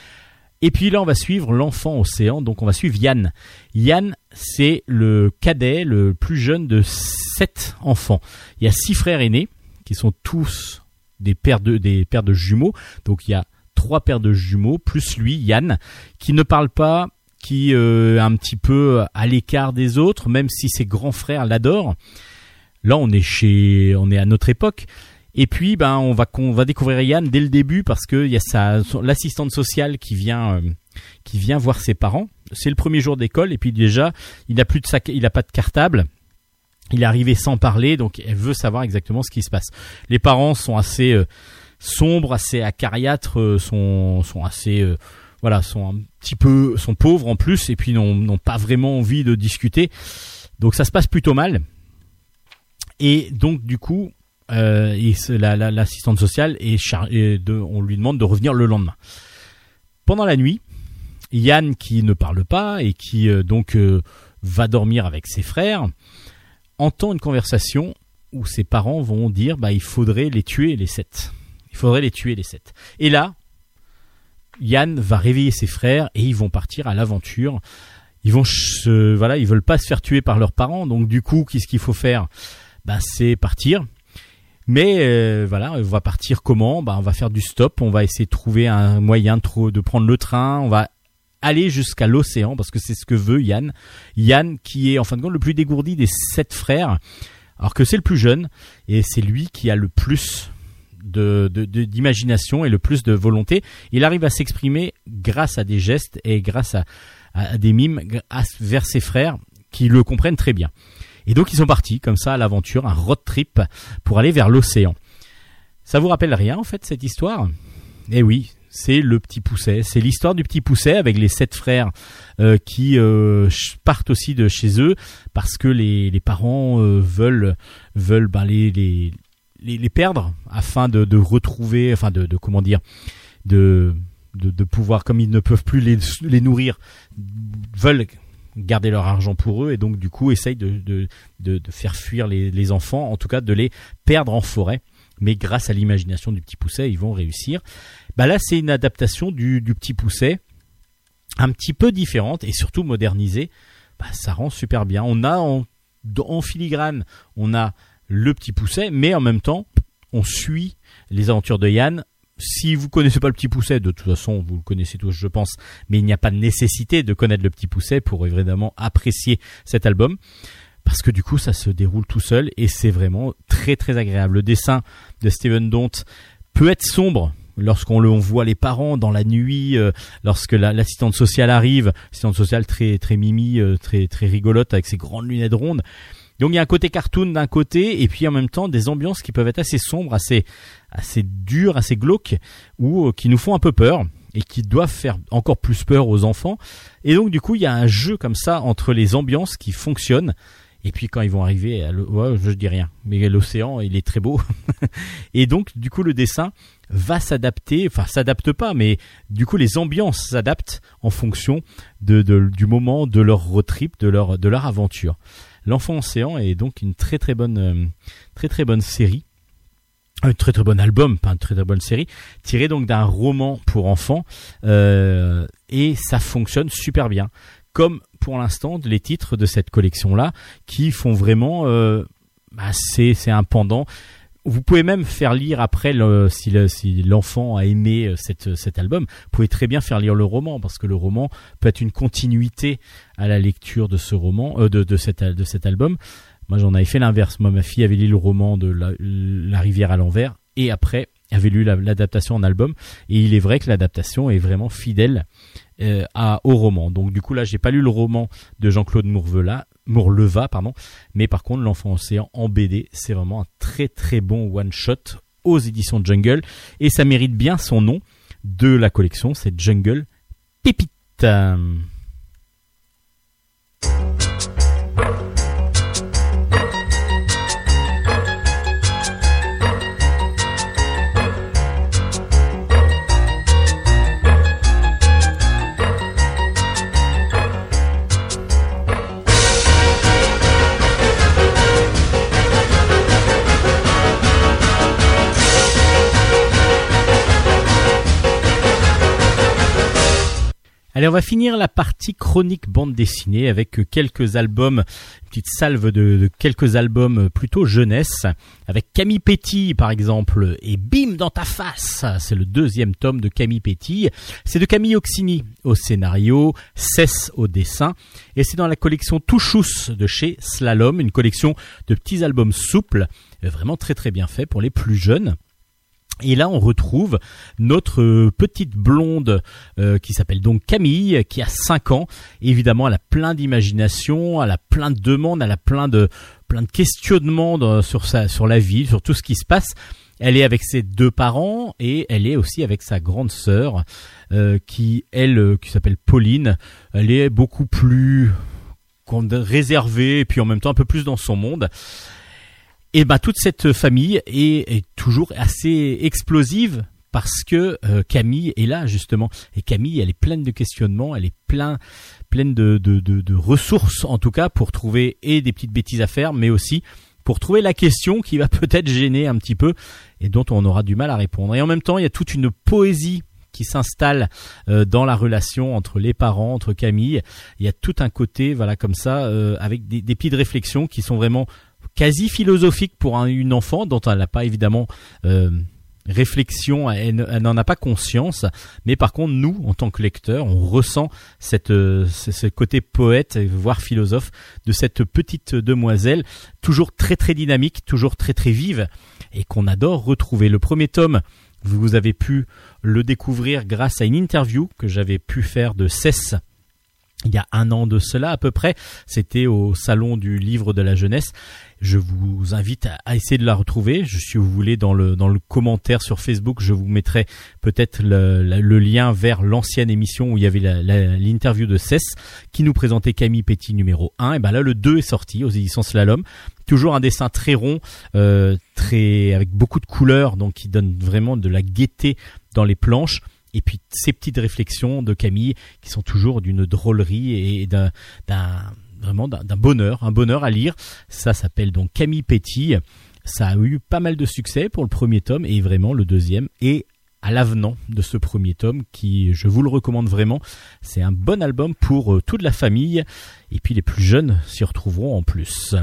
Et puis là, on va suivre l'enfant océan. Donc on va suivre Yann. Yann, c'est le cadet, le plus jeune de sept enfants. Il y a six frères aînés qui sont tous des paires de des paires de jumeaux, donc il y a trois paires de jumeaux plus lui Yann qui ne parle pas, qui euh, est un petit peu à l'écart des autres, même si ses grands frères l'adorent. Là on est chez on est à notre époque. Et puis ben on va on va découvrir Yann dès le début parce que il y a sa l'assistante sociale qui vient euh, qui vient voir ses parents. C'est le premier jour d'école et puis déjà il a plus de sac, il a pas de cartable. Il est arrivé sans parler, donc elle veut savoir exactement ce qui se passe. Les parents sont assez euh, sombres, assez acariâtres, euh, sont sont assez euh, voilà, sont un petit peu sont pauvres en plus et puis n'ont n'ont pas vraiment envie de discuter. Donc ça se passe plutôt mal. Et donc du coup, euh, et la, la, l'assistante sociale est chargée de, on lui demande de revenir le lendemain. Pendant la nuit, Yann qui ne parle pas et qui euh, donc euh, va dormir avec ses frères, entend une conversation où ses parents vont dire bah il faudrait les tuer les sept. Il faudrait les tuer les sept. Et là, Yann va réveiller ses frères et ils vont partir à l'aventure. Ils vont se, voilà, ils veulent pas se faire tuer par leurs parents, donc du coup, qu'est-ce qu'il faut faire? Bah c'est partir. Mais euh, voilà, on va partir comment? Bah on va faire du stop, on va essayer de trouver un moyen de, trop, de prendre le train, on va aller jusqu'à l'océan parce que c'est ce que veut Yann. Yann qui est en fin de compte le plus dégourdi des sept frères, alors que c'est le plus jeune et c'est lui qui a le plus de, de, de d'imagination et le plus de volonté. Il arrive à s'exprimer grâce à des gestes et grâce à, à, à des mimes à, vers ses frères qui le comprennent très bien. Et donc ils sont partis comme ça à l'aventure, un road trip pour aller vers l'océan. Ça vous rappelle rien en fait cette histoire? Eh oui. C'est le petit Pousset, c'est l'histoire du petit Pousset avec les sept frères euh, qui euh, partent aussi de chez eux parce que les, les parents euh, veulent veulent ben, les, les les les perdre afin de, de retrouver, enfin de, de comment dire, de, de de pouvoir, comme ils ne peuvent plus les les nourrir, veulent garder leur argent pour eux et donc du coup essayent de de de, de faire fuir les les enfants, en tout cas de les perdre en forêt. Mais grâce à l'imagination du petit Pousset, ils vont réussir. Bah là, c'est une adaptation du, du petit Pousset, un petit peu différente et surtout modernisée. Bah, ça rend super bien. On a en, en filigrane, on a le petit Pousset, mais en même temps, on suit les aventures de Yann. Si vous connaissez pas le petit Pousset, de toute façon, vous le connaissez tous, je pense, mais il n'y a pas de nécessité de connaître le petit Pousset pour évidemment apprécier cet album. Parce que du coup, ça se déroule tout seul et c'est vraiment très très agréable. Le dessin de Steven Dont peut être sombre, lorsqu'on le, on voit les parents dans la nuit, euh, lorsque la, l'assistante sociale arrive, assistante sociale très très mimi, euh, très très rigolote avec ses grandes lunettes rondes. Donc il y a un côté cartoon d'un côté et puis en même temps des ambiances qui peuvent être assez sombres, assez assez dures, assez glauques ou euh, qui nous font un peu peur et qui doivent faire encore plus peur aux enfants. Et donc du coup il y a un jeu comme ça entre les ambiances qui fonctionnent. Et puis quand ils vont arriver, à ouais, je dis rien, mais l'océan il est très beau. Et donc du coup le dessin va s'adapter, enfin s'adapte pas, mais du coup les ambiances s'adaptent en fonction de, de du moment de leur road trip, de leur de leur aventure. L'Enfant Océan est donc une très très bonne euh, très très bonne série, un très très bon album, pas une très très bonne série, tiré donc d'un roman pour enfants euh, et ça fonctionne super bien. Comme pour l'instant les titres de cette collection-là, qui font vraiment, euh, bah c'est c'est un pendant. Vous pouvez même faire lire après, le, si, le, si l'enfant a aimé cette, cet album, vous pouvez très bien faire lire le roman, parce que le roman peut être une continuité à la lecture de ce roman, euh, de, de, cet, de cet album. Moi, j'en avais fait l'inverse. Moi, ma fille avait lu le roman de La, la rivière à l'envers, et après avait lu la, l'adaptation en album. Et il est vrai que l'adaptation est vraiment fidèle euh, à, au roman. Donc du coup là, j'ai pas lu le roman de Jean-Claude Mourvela, Mourleva, pardon. Mais par contre, L'Enfant Océan en B D, c'est vraiment un très très bon one shot aux éditions Jungle et ça mérite bien son nom de la collection. C'est Jungle Pépite. Allez, on va finir la partie chronique bande dessinée avec quelques albums, une petite salve de, de quelques albums plutôt jeunesse, avec Camille Pétille par exemple, et Bim dans ta face, c'est le deuxième tome de Camille Pétille, c'est de Camille Oxini au scénario, Cesse au dessin, et c'est dans la collection Touchous de chez Slalom, une collection de petits albums souples, vraiment très très bien fait pour les plus jeunes. Et là, on retrouve notre petite blonde euh, qui s'appelle donc Camille, qui a cinq ans. Et évidemment, elle a plein d'imagination, elle a plein de demandes, elle a plein de plein de questionnements sur sa sur la vie, sur tout ce qui se passe. Elle est avec ses deux parents et elle est aussi avec sa grande sœur euh, qui elle qui s'appelle Pauline. Elle est beaucoup plus réservée et puis en même temps un peu plus dans son monde. Et ben toute cette famille est, est toujours assez explosive parce que euh, Camille est là justement. Et Camille, elle est pleine de questionnements, elle est plein, pleine de, de, de, de ressources en tout cas pour trouver et des petites bêtises à faire, mais aussi pour trouver la question qui va peut-être gêner un petit peu et dont on aura du mal à répondre. Et en même temps, il y a toute une poésie qui s'installe euh, dans la relation entre les parents, entre Camille. Il y a tout un côté, voilà, comme ça, euh, avec des, des petites réflexions qui sont vraiment quasi philosophique pour un, une enfant dont elle n'a pas évidemment euh, réflexion, elle, elle n'en a pas conscience, mais par contre nous en tant que lecteurs on ressent cette, euh, ce côté poète voire philosophe de cette petite demoiselle toujours très très dynamique, toujours très très vive et qu'on adore retrouver. Le premier tome, vous avez pu le découvrir grâce à une interview que j'avais pu faire de Cesse il y a un an de cela à peu près, c'était au salon du livre de la jeunesse. Je vous invite à, à essayer de la retrouver. Je, si vous voulez, dans le dans le commentaire sur Facebook, je vous mettrai peut-être le, le, le lien vers l'ancienne émission où il y avait la, la, l'interview de Cesse qui nous présentait Camille Pétille numéro un. Et ben là, le deux est sorti aux éditions Slalom. Toujours un dessin très rond, euh, très avec beaucoup de couleurs, donc qui donne vraiment de la gaieté dans les planches. Et puis ces petites réflexions de Camille qui sont toujours d'une drôlerie et d'un, d'un vraiment d'un, d'un bonheur, un bonheur à lire. Ça s'appelle donc Camille Pétille. Ça a eu pas mal de succès pour le premier tome et vraiment le deuxième est à l'avenant de ce premier tome qui, je vous le recommande vraiment. C'est un bon album pour toute la famille et puis les plus jeunes s'y retrouveront en plus.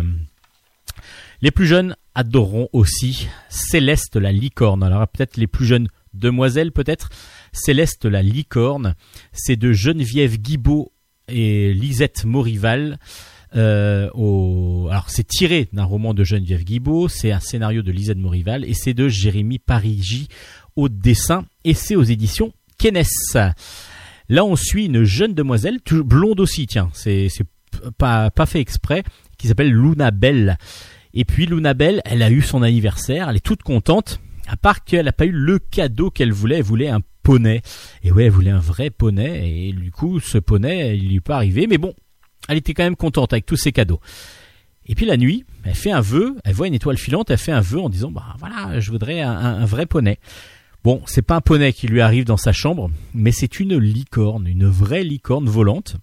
Les plus jeunes adoreront aussi Céleste la licorne. Alors peut-être les plus jeunes demoiselles peut-être. Céleste la licorne, c'est de Geneviève Guibaud et Lisette Morival. Euh, au... Alors c'est tiré d'un roman de Geneviève Guibaud, c'est un scénario de Lisette Morival et c'est de Jérémy Parigi au dessin et c'est aux éditions Kenes. Là, on suit une jeune demoiselle, blonde aussi, tiens, c'est, c'est pas, pas fait exprès, qui s'appelle Luna Bell. Et puis Luna Bell, elle a eu son anniversaire, elle est toute contente, à part qu'elle n'a pas eu le cadeau qu'elle voulait, elle voulait un poney. Et ouais, elle voulait un vrai poney, et du coup, ce poney, il lui est pas arrivé, mais bon, elle était quand même contente avec tous ses cadeaux. Et puis la nuit, elle fait un vœu, elle voit une étoile filante, elle fait un vœu en disant, bah voilà, je voudrais un, un, un vrai poney. Bon, c'est pas un poney qui lui arrive dans sa chambre, mais c'est une licorne, une vraie licorne volante.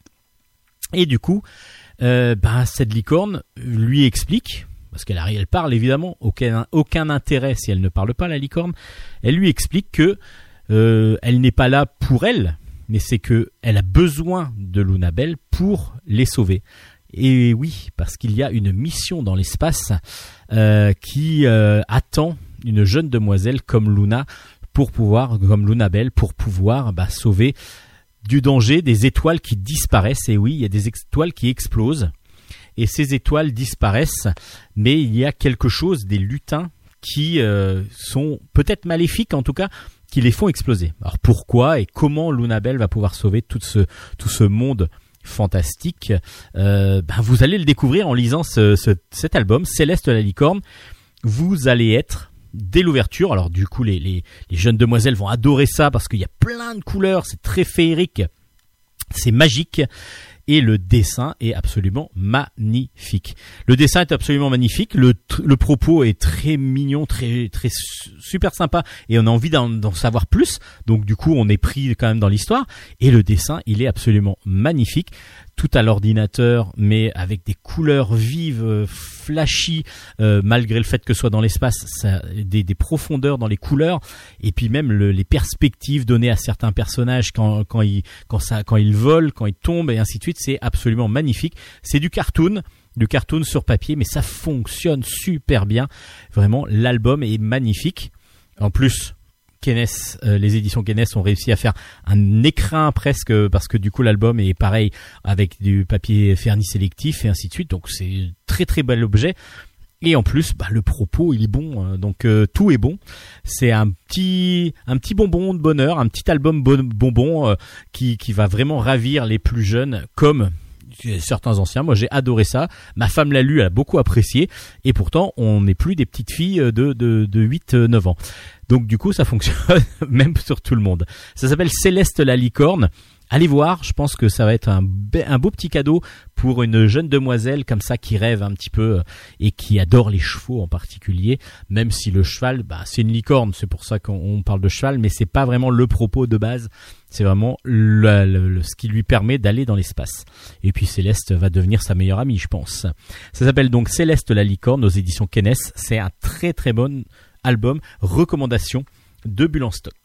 Et du coup, euh, bah, cette licorne lui explique, parce qu'elle elle parle évidemment, aucun, aucun intérêt si elle ne parle pas, la licorne, elle lui explique que euh, elle n'est pas là pour elle, mais c'est que elle a besoin de Luna Bell pour les sauver. Et oui, parce qu'il y a une mission dans l'espace euh, qui euh, attend une jeune demoiselle comme Luna pour pouvoir, comme Luna Bell, pour pouvoir bah, sauver du danger des étoiles qui disparaissent. Et oui, il y a des étoiles qui explosent et ces étoiles disparaissent, mais il y a quelque chose, des lutins qui euh, sont peut-être maléfiques, en tout cas, qui les font exploser. Alors pourquoi et comment Luna Bell va pouvoir sauver tout ce, tout ce monde fantastique, euh, ben vous allez le découvrir en lisant ce, ce, cet album Céleste la licorne. Vous allez être dès l'ouverture, alors du coup les, les, les jeunes demoiselles vont adorer ça parce qu'il y a plein de couleurs, c'est très féerique, c'est magique. Et le dessin est absolument magnifique. Le dessin est absolument magnifique. Le, le propos est très mignon, très, très super sympa. Et on a envie d'en, d'en savoir plus. Donc, du coup, on est pris quand même dans l'histoire. Et le dessin, il est absolument magnifique. Tout à l'ordinateur, mais avec des couleurs vives, flashy, euh, malgré le fait que ce soit dans l'espace, ça, des, des profondeurs dans les couleurs, et puis même le, les perspectives données à certains personnages quand, quand ils, quand ça, quand ils volent, quand ils tombent, et ainsi de suite, c'est absolument magnifique. C'est du cartoon, du cartoon sur papier, mais ça fonctionne super bien. Vraiment, l'album est magnifique. En plus, Kenes, euh, les éditions Kenes ont réussi à faire un écrin presque, parce que du coup l'album est pareil avec du papier vernis sélectif et ainsi de suite, donc c'est très très bel objet. Et en plus, bah, le propos il est bon, hein, donc euh, tout est bon. C'est un petit un petit bonbon de bonheur, un petit album bon, bonbon euh, qui qui va vraiment ravir les plus jeunes comme certains anciens. Moi j'ai adoré ça, ma femme l'a lu, elle a beaucoup apprécié, et pourtant on n'est plus des petites filles de, de, de huit neuf ans. Donc du coup ça fonctionne même sur tout le monde. Ça s'appelle Céleste la licorne. Allez voir, je pense que ça va être un, be- un beau petit cadeau pour une jeune demoiselle comme ça qui rêve un petit peu et qui adore les chevaux en particulier, même si le cheval, bah, c'est une licorne, c'est pour ça qu'on parle de cheval, mais c'est pas vraiment le propos de base, c'est vraiment le, le, le, ce qui lui permet d'aller dans l'espace. Et puis Céleste va devenir sa meilleure amie, je pense. Ça s'appelle donc Céleste la licorne aux éditions Kenes, c'est un très très bon album, recommandation de Bulle en stock.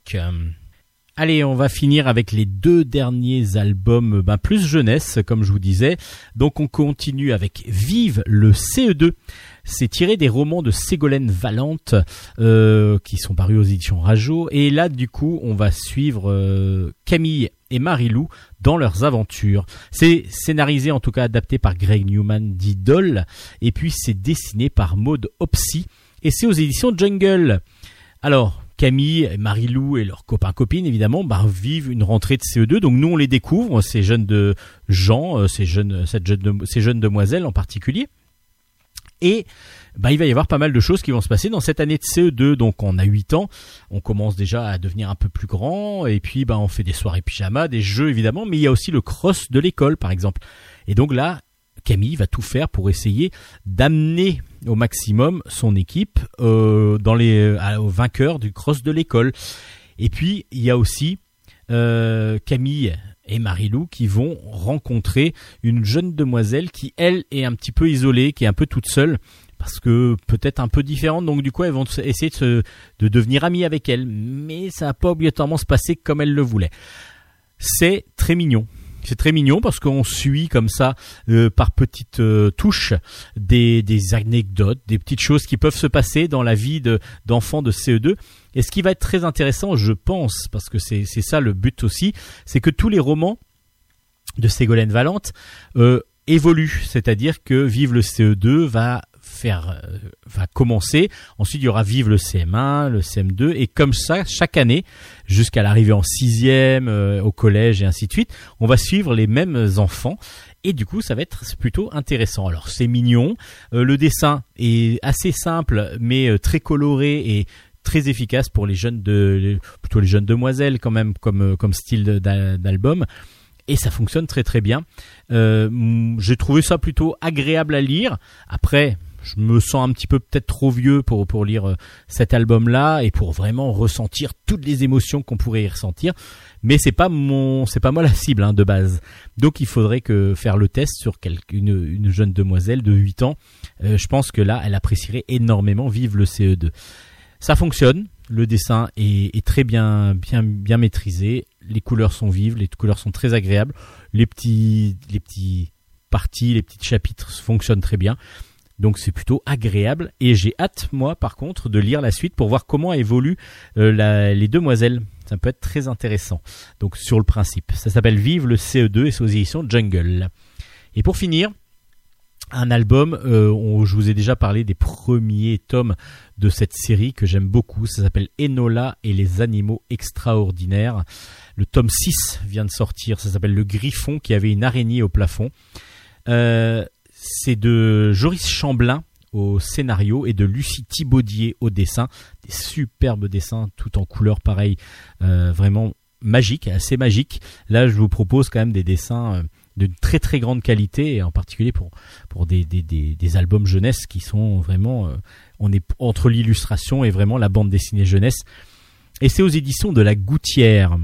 Allez, on va finir avec les deux derniers albums, ben plus jeunesse, comme je vous disais. Donc on continue avec Vive le C E deux. C'est tiré des romans de Ségolène Valente euh, qui sont parus aux éditions Rajo. Et là, du coup, on va suivre euh, Camille et Marie-Lou dans leurs aventures. C'est scénarisé, en tout cas adapté par Greg Newman d'Idol. Et puis c'est dessiné par Maud Opsy. Et c'est aux éditions Jungle. Alors, Camille, Marie-Lou et leurs copains-copines, évidemment, bah, vivent une rentrée de C E deux. Donc nous, on les découvre, ces jeunes de gens, ces jeunes, cette jeune de, ces jeunes demoiselles en particulier. Et bah, il va y avoir pas mal de choses qui vont se passer dans cette année de C E deux. Donc on a huit ans, on commence déjà à devenir un peu plus grand. Et puis bah, on fait des soirées pyjama, des jeux évidemment. Mais il y a aussi le cross de l'école, par exemple. Et donc là, Camille va tout faire pour essayer d'amener au maximum son équipe euh, dans les à, aux vainqueurs du cross de l'école. Et puis il y a aussi euh, Camille et Marie-Lou qui vont rencontrer une jeune demoiselle qui elle est un petit peu isolée, qui est un peu toute seule parce que peut-être un peu différente. Donc du coup elles vont essayer de, se, de devenir amies avec elle, mais ça va pas obligatoirement se passer comme elles le voulaient. C'est très mignon. C'est très mignon parce qu'on suit comme ça euh, par petites euh, touches des, des anecdotes, des petites choses qui peuvent se passer dans la vie de, d'enfants de C E deux. Et ce qui va être très intéressant, je pense, parce que c'est, c'est ça le but aussi, c'est que tous les romans de Ségolène Valente euh, évoluent. C'est-à-dire que Vive le C E deux va faire euh, va commencer. Ensuite, il y aura Vive le C M un, le C M deux, et comme ça, chaque année, jusqu'à l'arrivée en sixième, euh, au collège et ainsi de suite, on va suivre les mêmes enfants. Et du coup, ça va être plutôt intéressant. Alors, c'est mignon. Euh, le dessin est assez simple, mais euh, très coloré et très efficace pour les jeunes de, plutôt les jeunes demoiselles quand même, comme comme style d'album. Et ça fonctionne très très bien. Euh, j'ai trouvé ça plutôt agréable à lire. Après, je me sens un petit peu peut-être trop vieux pour pour lire euh, cet album-là et pour vraiment ressentir toutes les émotions qu'on pourrait y ressentir. Mais c'est pas mon, c'est pas moi la cible hein, de base. Donc il faudrait que faire le test sur quelque, une, une jeune demoiselle de huit ans. Euh, je pense que là, elle apprécierait énormément Vive le C E deux. Ça fonctionne. Le dessin est, est très bien, bien, bien maîtrisé. Les couleurs sont vives, les couleurs sont très agréables. Les petits, les petits parties, les petits chapitres fonctionnent très bien. Donc c'est plutôt agréable. Et j'ai hâte, moi, par contre, de lire la suite pour voir comment évoluent euh, la, les demoiselles. Ça peut être très intéressant. Donc sur le principe, ça s'appelle Vive le C E deux et c'est aux éditions Jungle. Et pour finir, un album, euh, on, je vous ai déjà parlé des premiers tomes de cette série que j'aime beaucoup. Ça s'appelle Enola et les animaux extraordinaires. Le tome six vient de sortir. Ça s'appelle Le Griffon qui avait une araignée au plafond. Euh, c'est de Joris Chamblin au scénario et de Lucie Thibaudier au dessin. Des superbes dessins, tout en couleur pareil, euh, vraiment magique, assez magique. Là, je vous propose quand même des dessins... Euh, de très très grande qualité, et en particulier pour pour des des des, des albums jeunesse qui sont vraiment euh, on est entre l'illustration et vraiment la bande dessinée jeunesse. Et c'est aux éditions de La Gouttière.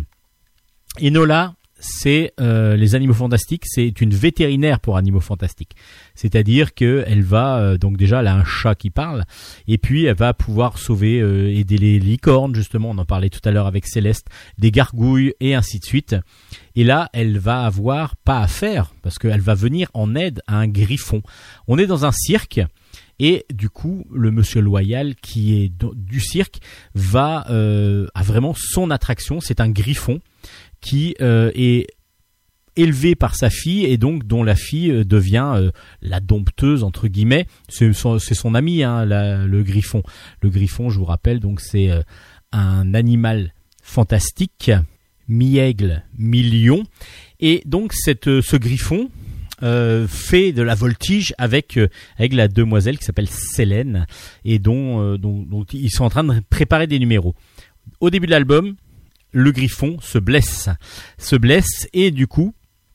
Enola, c'est euh, les animaux fantastiques, c'est une vétérinaire pour animaux fantastiques. C'est-à-dire que elle va euh, donc déjà elle a un chat qui parle et puis elle va pouvoir sauver euh, aider les licornes justement, on en parlait tout à l'heure avec Céleste, des gargouilles et ainsi de suite. Et là, elle va avoir pas à faire parce qu'elle va venir en aide à un griffon. On est dans un cirque. Et du coup, le monsieur Loyal qui est du cirque va euh, a vraiment son attraction. C'est un griffon qui euh, est élevé par sa fille et donc dont la fille euh, devient euh, la dompteuse entre guillemets. C'est son, c'est son ami, hein, la, le griffon. Le griffon, je vous rappelle, donc c'est euh, un animal fantastique, mi-aigle, mi-lion. Et donc cette, euh, ce griffon Euh, fait de la voltige avec euh, avec la demoiselle qui s'appelle Célène et dont, euh, dont dont ils sont en train de préparer des numéros. Au début de l'album, le griffon se blesse, se blesse et du coup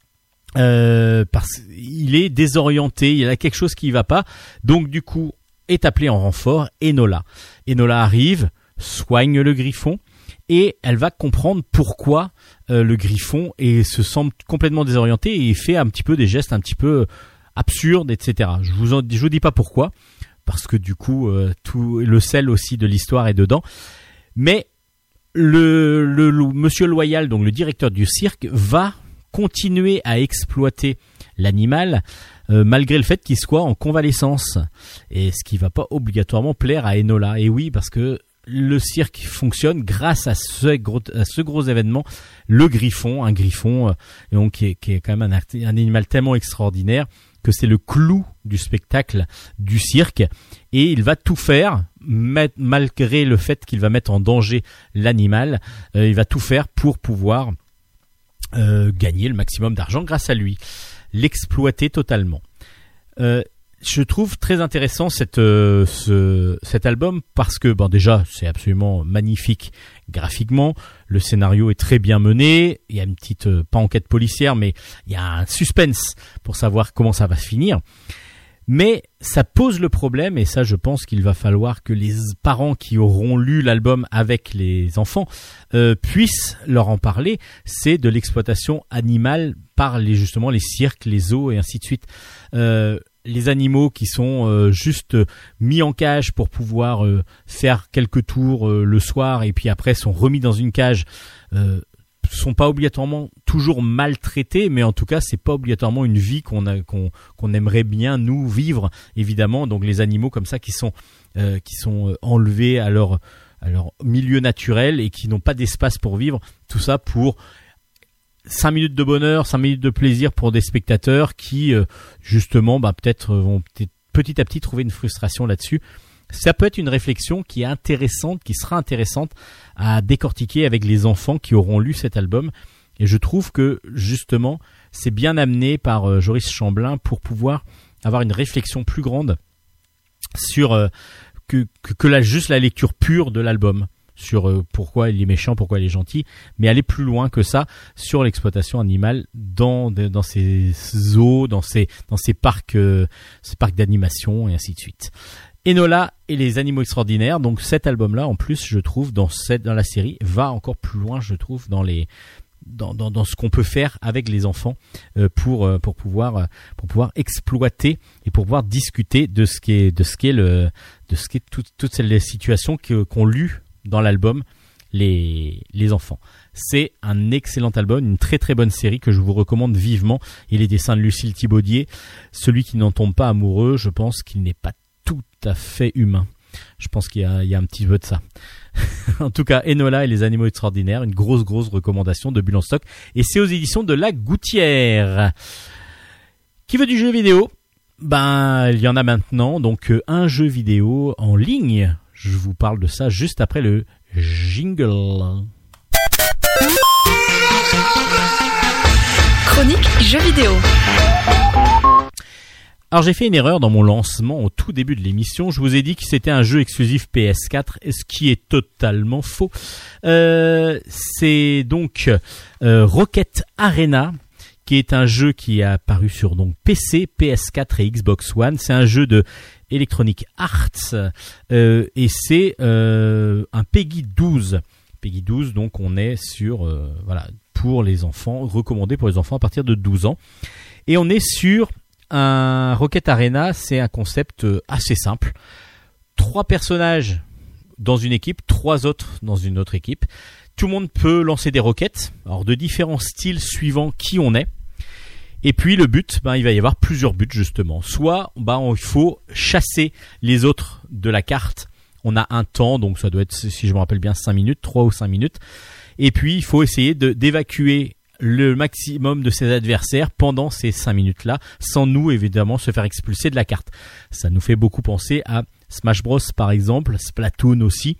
euh, parce il est désorienté, il y a quelque chose qui va pas. Donc du coup est appelé en renfort Enola. Enola arrive, soigne le griffon. Et elle va comprendre pourquoi euh, le griffon et se sent complètement désorienté et fait un petit peu des gestes un petit peu absurdes, et cetera. Je vous en, je vous dis pas pourquoi, parce que du coup euh, tout le sel aussi de l'histoire est dedans. Mais le, le, le monsieur Loyal, donc le directeur du cirque, va continuer à exploiter l'animal euh, malgré le fait qu'il soit en convalescence, et ce qui va pas obligatoirement plaire à Enola. Et oui, parce que le cirque fonctionne grâce à ce gros, à ce gros événement, le griffon, un griffon euh, donc qui est, qui est quand même un, un animal tellement extraordinaire que c'est le clou du spectacle du cirque et il va tout faire, met, malgré le fait qu'il va mettre en danger l'animal, euh, il va tout faire pour pouvoir euh, gagner le maximum d'argent grâce à lui, l'exploiter totalement. Euh, Je trouve très intéressant cette, euh, ce, cet album parce que bon, déjà c'est absolument magnifique graphiquement, le scénario est très bien mené, il y a une petite, euh, pas enquête policière mais il y a un suspense pour savoir comment ça va se finir. Mais ça pose le problème, et ça je pense qu'il va falloir que les parents qui auront lu l'album avec les enfants euh, puissent leur en parler, c'est de l'exploitation animale par les, justement les cirques, les zoos et ainsi de suite. Euh, les animaux qui sont euh, juste mis en cage pour pouvoir euh, faire quelques tours euh, le soir et puis après sont remis dans une cage, euh, sont pas obligatoirement toujours maltraités, mais en tout cas c'est pas obligatoirement une vie qu'on a qu'on qu'on aimerait bien nous vivre évidemment. Donc les animaux comme ça qui sont euh, qui sont enlevés à leur à leur milieu naturel et qui n'ont pas d'espace pour vivre, tout ça pour cinq minutes de bonheur, cinq minutes de plaisir pour des spectateurs qui euh, justement bah peut-être vont peut-être petit à petit trouver une frustration là-dessus. Ça peut être une réflexion qui est intéressante, qui sera intéressante à décortiquer avec les enfants qui auront lu cet album. Et je trouve que justement, c'est bien amené par euh, Joris Chamblin pour pouvoir avoir une réflexion plus grande sur euh, que, que, que la, juste la lecture pure de l'album, sur euh, pourquoi il est méchant, pourquoi il est gentil, mais aller plus loin que ça sur l'exploitation animale dans, dans ces zoos, dans ces, dans ces parcs, euh, ces parcs d'animation et ainsi de suite. Enola et les animaux extraordinaires, donc cet album-là, en plus, je trouve, dans, cette, dans la série, va encore plus loin, je trouve, dans les... Dans, dans, dans ce qu'on peut faire avec les enfants euh, pour euh, pour pouvoir euh, pour pouvoir exploiter et pour pouvoir discuter de ce qu'est de ce qu'est le de ce qu'est tout, toutes ces situations que, qu'ont lu dans l'album les les enfants. C'est un excellent album, une très très bonne série que je vous recommande vivement. Et les dessins de Lucille Thibaudier, celui qui n'en tombe pas amoureux, je pense qu'il n'est pas tout à fait humain. Je pense qu'il y a il y a un petit peu de ça. En tout cas, Enola et les animaux extraordinaires, une grosse grosse recommandation de Bulle en stock, et c'est aux éditions de La Gouttière. Qui veut du jeu vidéo ? Ben, il y en a maintenant, donc euh, un jeu vidéo en ligne. Je vous parle de ça juste après le jingle. Chronique jeux vidéo. Alors j'ai fait une erreur dans mon lancement au tout début de l'émission. Je vous ai dit que c'était un jeu exclusif P S quatre, ce qui est totalement faux. Euh, c'est donc euh, Rocket Arena, qui est un jeu qui est apparu sur donc P C, P S quatre et Xbox One. C'est un jeu de Electronic Arts euh, et c'est euh, un Peggy douze. Peggy douze, donc on est sur euh, voilà pour les enfants, recommandé pour les enfants à partir de douze ans. Et on est sur un Rocket Arena, c'est un concept assez simple. Trois personnages dans une équipe, trois autres dans une autre équipe. Tout le monde peut lancer des roquettes, alors de différents styles suivant qui on est. Et puis le but, ben, il va y avoir plusieurs buts justement. Soit ben, il faut chasser les autres de la carte. On a un temps, donc ça doit être, si je me rappelle bien, cinq minutes, trois ou cinq minutes. Et puis il faut essayer de, d'évacuer le maximum de ses adversaires pendant ces cinq minutes-là, sans nous évidemment se faire expulser de la carte. Ça nous fait beaucoup penser à Smash Bros par exemple, Splatoon aussi.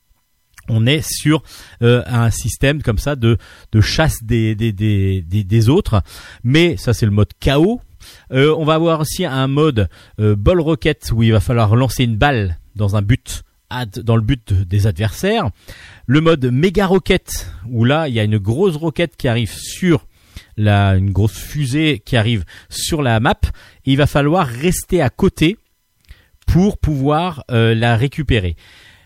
On est sur euh, un système comme ça de, de chasse des, des, des, des, des autres, mais ça c'est le mode K O. Euh, on va avoir aussi un mode euh, Ball Rocket où il va falloir lancer une balle dans un but dans le but des adversaires. Le mode méga roquette où là il y a une grosse roquette qui arrive sur la une grosse fusée qui arrive sur la map et il va falloir rester à côté pour pouvoir euh, la récupérer.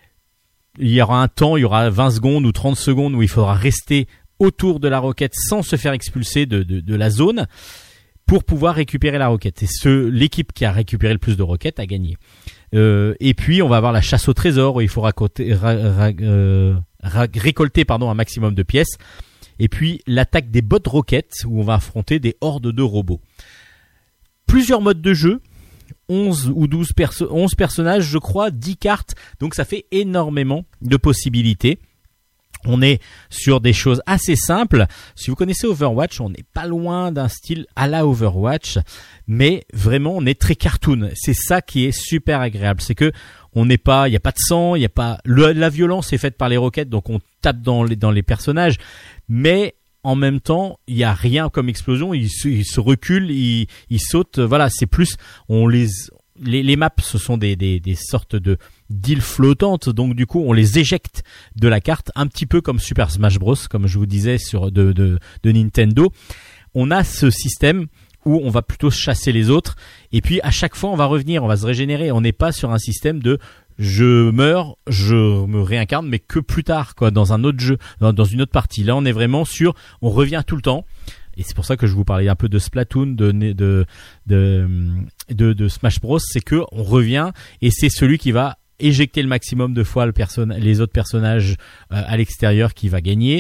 Il y aura un temps, il y aura vingt secondes ou trente secondes où il faudra rester autour de la roquette sans se faire expulser de, de, de la zone pour pouvoir récupérer la roquette. Et ce, l'équipe qui a récupéré le plus de roquettes a gagné. Euh, et puis on va avoir la chasse au trésor où il faut raconter, ra, ra, euh, ra, récolter pardon, un maximum de pièces. Et puis l'attaque des bottes roquettes où on va affronter des hordes de robots. Plusieurs modes de jeu, onze ou douze perso- onze personnages je crois, dix cartes, donc ça fait énormément de possibilités. On est sur des choses assez simples. Si vous connaissez Overwatch, on n'est pas loin d'un style à la Overwatch, mais vraiment on est très cartoon. C'est ça qui est super agréable, c'est que on n'est pas, il y a pas de sang, il y a pas le, la violence est faite par les roquettes, donc on tape dans les dans les personnages, mais en même temps, il y a rien comme explosion. Ils se, ils se reculent, ils, ils sautent. Voilà, c'est plus on les les, les maps, ce sont des, des des sortes de d'îles flottantes, donc du coup on les éjecte de la carte, un petit peu comme Super Smash Bros, comme je vous disais sur de de, de Nintendo. On a ce système où on va plutôt chasser les autres, et puis à chaque fois on va revenir, on va se régénérer. On n'est pas sur un système de je meurs, je me réincarne, mais que plus tard, quoi, dans un autre jeu, dans, dans une autre partie. Là, on est vraiment sur, on revient tout le temps. Et c'est pour ça que je vous parlais un peu de Splatoon, de de de de, de Smash Bros. C'est que on revient et c'est celui qui va éjecter le maximum de fois le person- les autres personnages euh, à l'extérieur qui va gagner,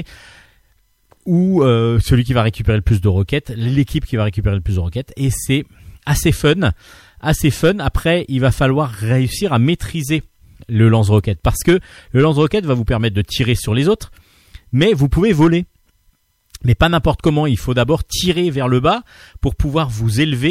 ou euh, celui qui va récupérer le plus de roquettes, l'équipe qui va récupérer le plus de roquettes. Et c'est assez fun. assez fun. Après, il va falloir réussir à maîtriser le lance-roquette, parce que le lance-roquette va vous permettre de tirer sur les autres, mais vous pouvez voler. Mais pas n'importe comment, il faut d'abord tirer vers le bas pour pouvoir vous élever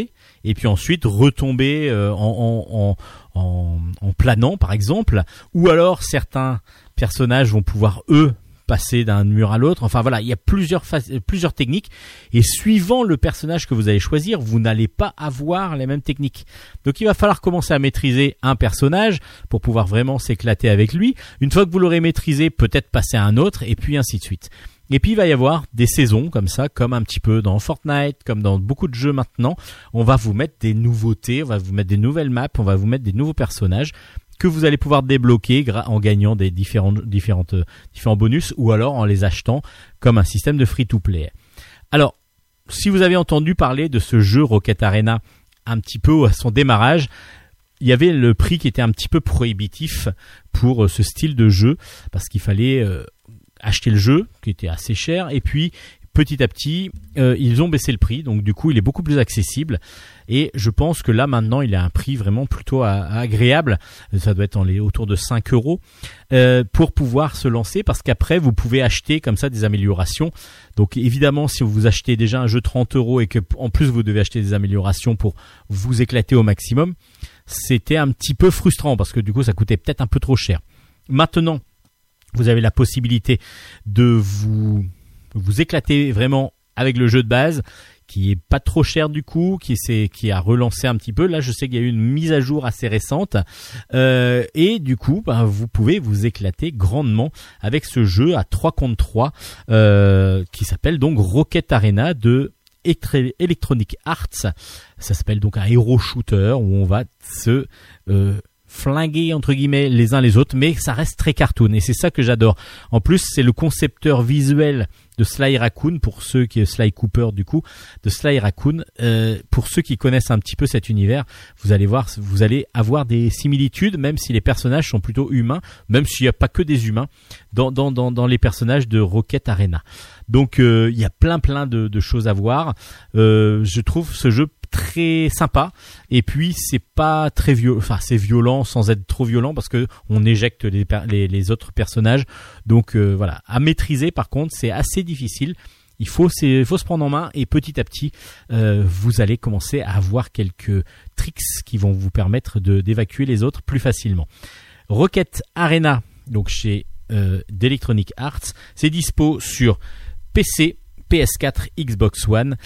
et puis ensuite retomber euh, en, en, en, en planant par exemple, ou alors certains personnages vont pouvoir eux passer d'un mur à l'autre. Enfin voilà, il y a plusieurs phases, plusieurs techniques, et suivant le personnage que vous allez choisir, vous n'allez pas avoir les mêmes techniques. Donc il va falloir commencer à maîtriser un personnage pour pouvoir vraiment s'éclater avec lui. Une fois que vous l'aurez maîtrisé, peut-être passer à un autre, et puis ainsi de suite. Et puis il va y avoir des saisons comme ça, comme un petit peu dans Fortnite, comme dans beaucoup de jeux maintenant. On va vous mettre des nouveautés, on va vous mettre des nouvelles maps, on va vous mettre des nouveaux personnages que vous allez pouvoir débloquer en gagnant des différentes, différentes, différents bonus, ou alors en les achetant comme un système de free-to-play. Alors, si vous avez entendu parler de ce jeu Rocket Arena un petit peu à son démarrage, il y avait le prix qui était un petit peu prohibitif pour ce style de jeu, parce qu'il fallait euh, acheter le jeu, qui était assez cher, et puis petit à petit, euh, ils ont baissé le prix, donc du coup, il est beaucoup plus accessible. Et je pense que là, maintenant, il a un prix vraiment plutôt à, à agréable. Ça doit être en les, autour de cinq euros euh, pour pouvoir se lancer, parce qu'après, vous pouvez acheter comme ça des améliorations. Donc évidemment, si vous achetez déjà un jeu trente euros et que en plus vous devez acheter des améliorations pour vous éclater au maximum, c'était un petit peu frustrant, parce que du coup, ça coûtait peut-être un peu trop cher. Maintenant, vous avez la possibilité de vous... vous éclatez vraiment avec le jeu de base, qui est pas trop cher du coup, qui s'est, qui a relancé un petit peu. Là, je sais qu'il y a eu une mise à jour assez récente, euh, et du coup, bah, vous pouvez vous éclater grandement avec ce jeu à trois contre trois, euh, qui s'appelle donc Rocket Arena de Electronic Arts. Ça s'appelle donc un hero shooter où on va se euh, flinguer entre guillemets les uns les autres, mais ça reste très cartoon, et c'est ça que j'adore. En plus, c'est le concepteur visuel de Sly Raccoon, pour ceux qui Sly Cooper du coup, de Sly Raccoon. Euh, pour ceux qui connaissent un petit peu cet univers, vous allez voir, vous allez avoir des similitudes, même si les personnages sont plutôt humains, même s'il n'y a pas que des humains dans dans dans, dans les personnages de Rocket Arena. Donc euh, il y a plein plein de, de choses à voir. Euh, je trouve ce jeu très sympa, et puis c'est pas très violent, enfin c'est violent sans être trop violent, parce que on éjecte les les, les autres personnages. Donc euh, voilà, à maîtriser par contre, c'est assez difficile. Il faut, c'est, il faut se prendre en main, et petit à petit, euh, vous allez commencer à avoir quelques tricks qui vont vous permettre de d'évacuer les autres plus facilement. Rocket Arena, donc chez euh, d'Electronic Arts, c'est dispo sur P C, P S quatre, Xbox One,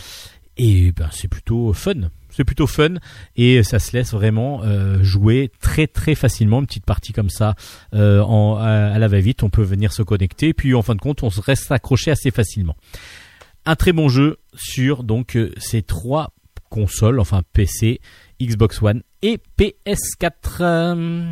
et ben c'est plutôt fun. C'est plutôt fun, et ça se laisse vraiment euh, jouer très très facilement. Une petite partie comme ça euh, en, à, à la va-vite, on peut venir se connecter, et puis en fin de compte, on se reste accroché assez facilement. Un très bon jeu sur donc euh, ces trois consoles, enfin P C, Xbox One et P S quatre. Euh...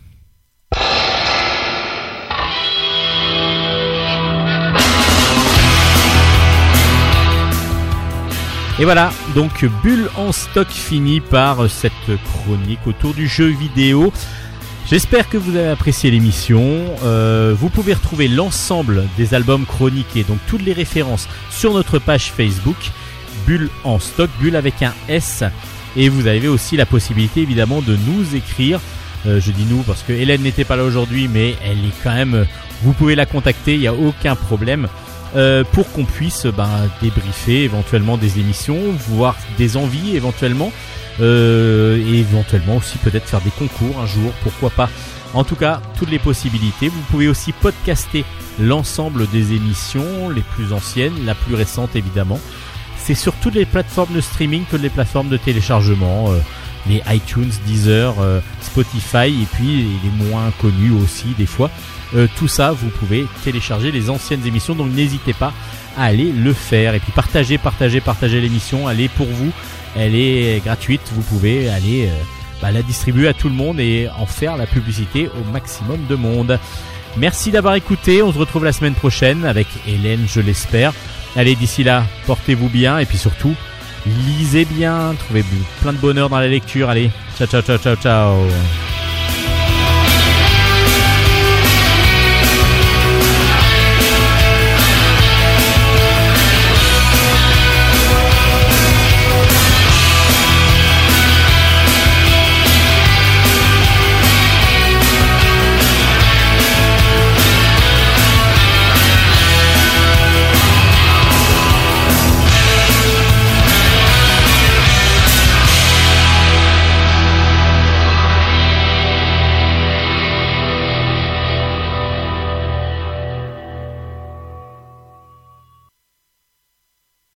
Et voilà, donc bulle en stock finie par cette chronique autour du jeu vidéo. J'espère que vous avez apprécié l'émission. Euh, vous pouvez retrouver l'ensemble des albums chroniqués, donc toutes les références, sur notre page Facebook, Bulle en stock, Bulle avec un S. Et vous avez aussi la possibilité évidemment de nous écrire. Euh, je dis nous parce que Hélène n'était pas là aujourd'hui, mais elle est quand même... Vous pouvez la contacter, il n'y a aucun problème. Euh, pour qu'on puisse ben, débriefer éventuellement des émissions, voir des envies éventuellement, euh, et éventuellement aussi peut-être faire des concours un jour, pourquoi pas. En tout cas, toutes les possibilités. Vous pouvez aussi podcaster l'ensemble des émissions, les plus anciennes, la plus récente évidemment. C'est sur toutes les plateformes de streaming, toutes les plateformes de téléchargement, euh, les iTunes, Deezer, euh, Spotify, et puis les moins connus aussi des fois. Euh, tout ça, vous pouvez télécharger les anciennes émissions, donc n'hésitez pas à aller le faire. Et puis partagez, partagez, partagez l'émission, elle est pour vous, elle est gratuite, vous pouvez aller euh, bah, la distribuer à tout le monde et en faire la publicité au maximum de monde. Merci d'avoir écouté, on se retrouve la semaine prochaine avec Hélène, je l'espère. Allez, d'ici là, portez-vous bien, et puis surtout, lisez bien, trouvez plein de bonheur dans la lecture. Allez, ciao, ciao, ciao, ciao, ciao.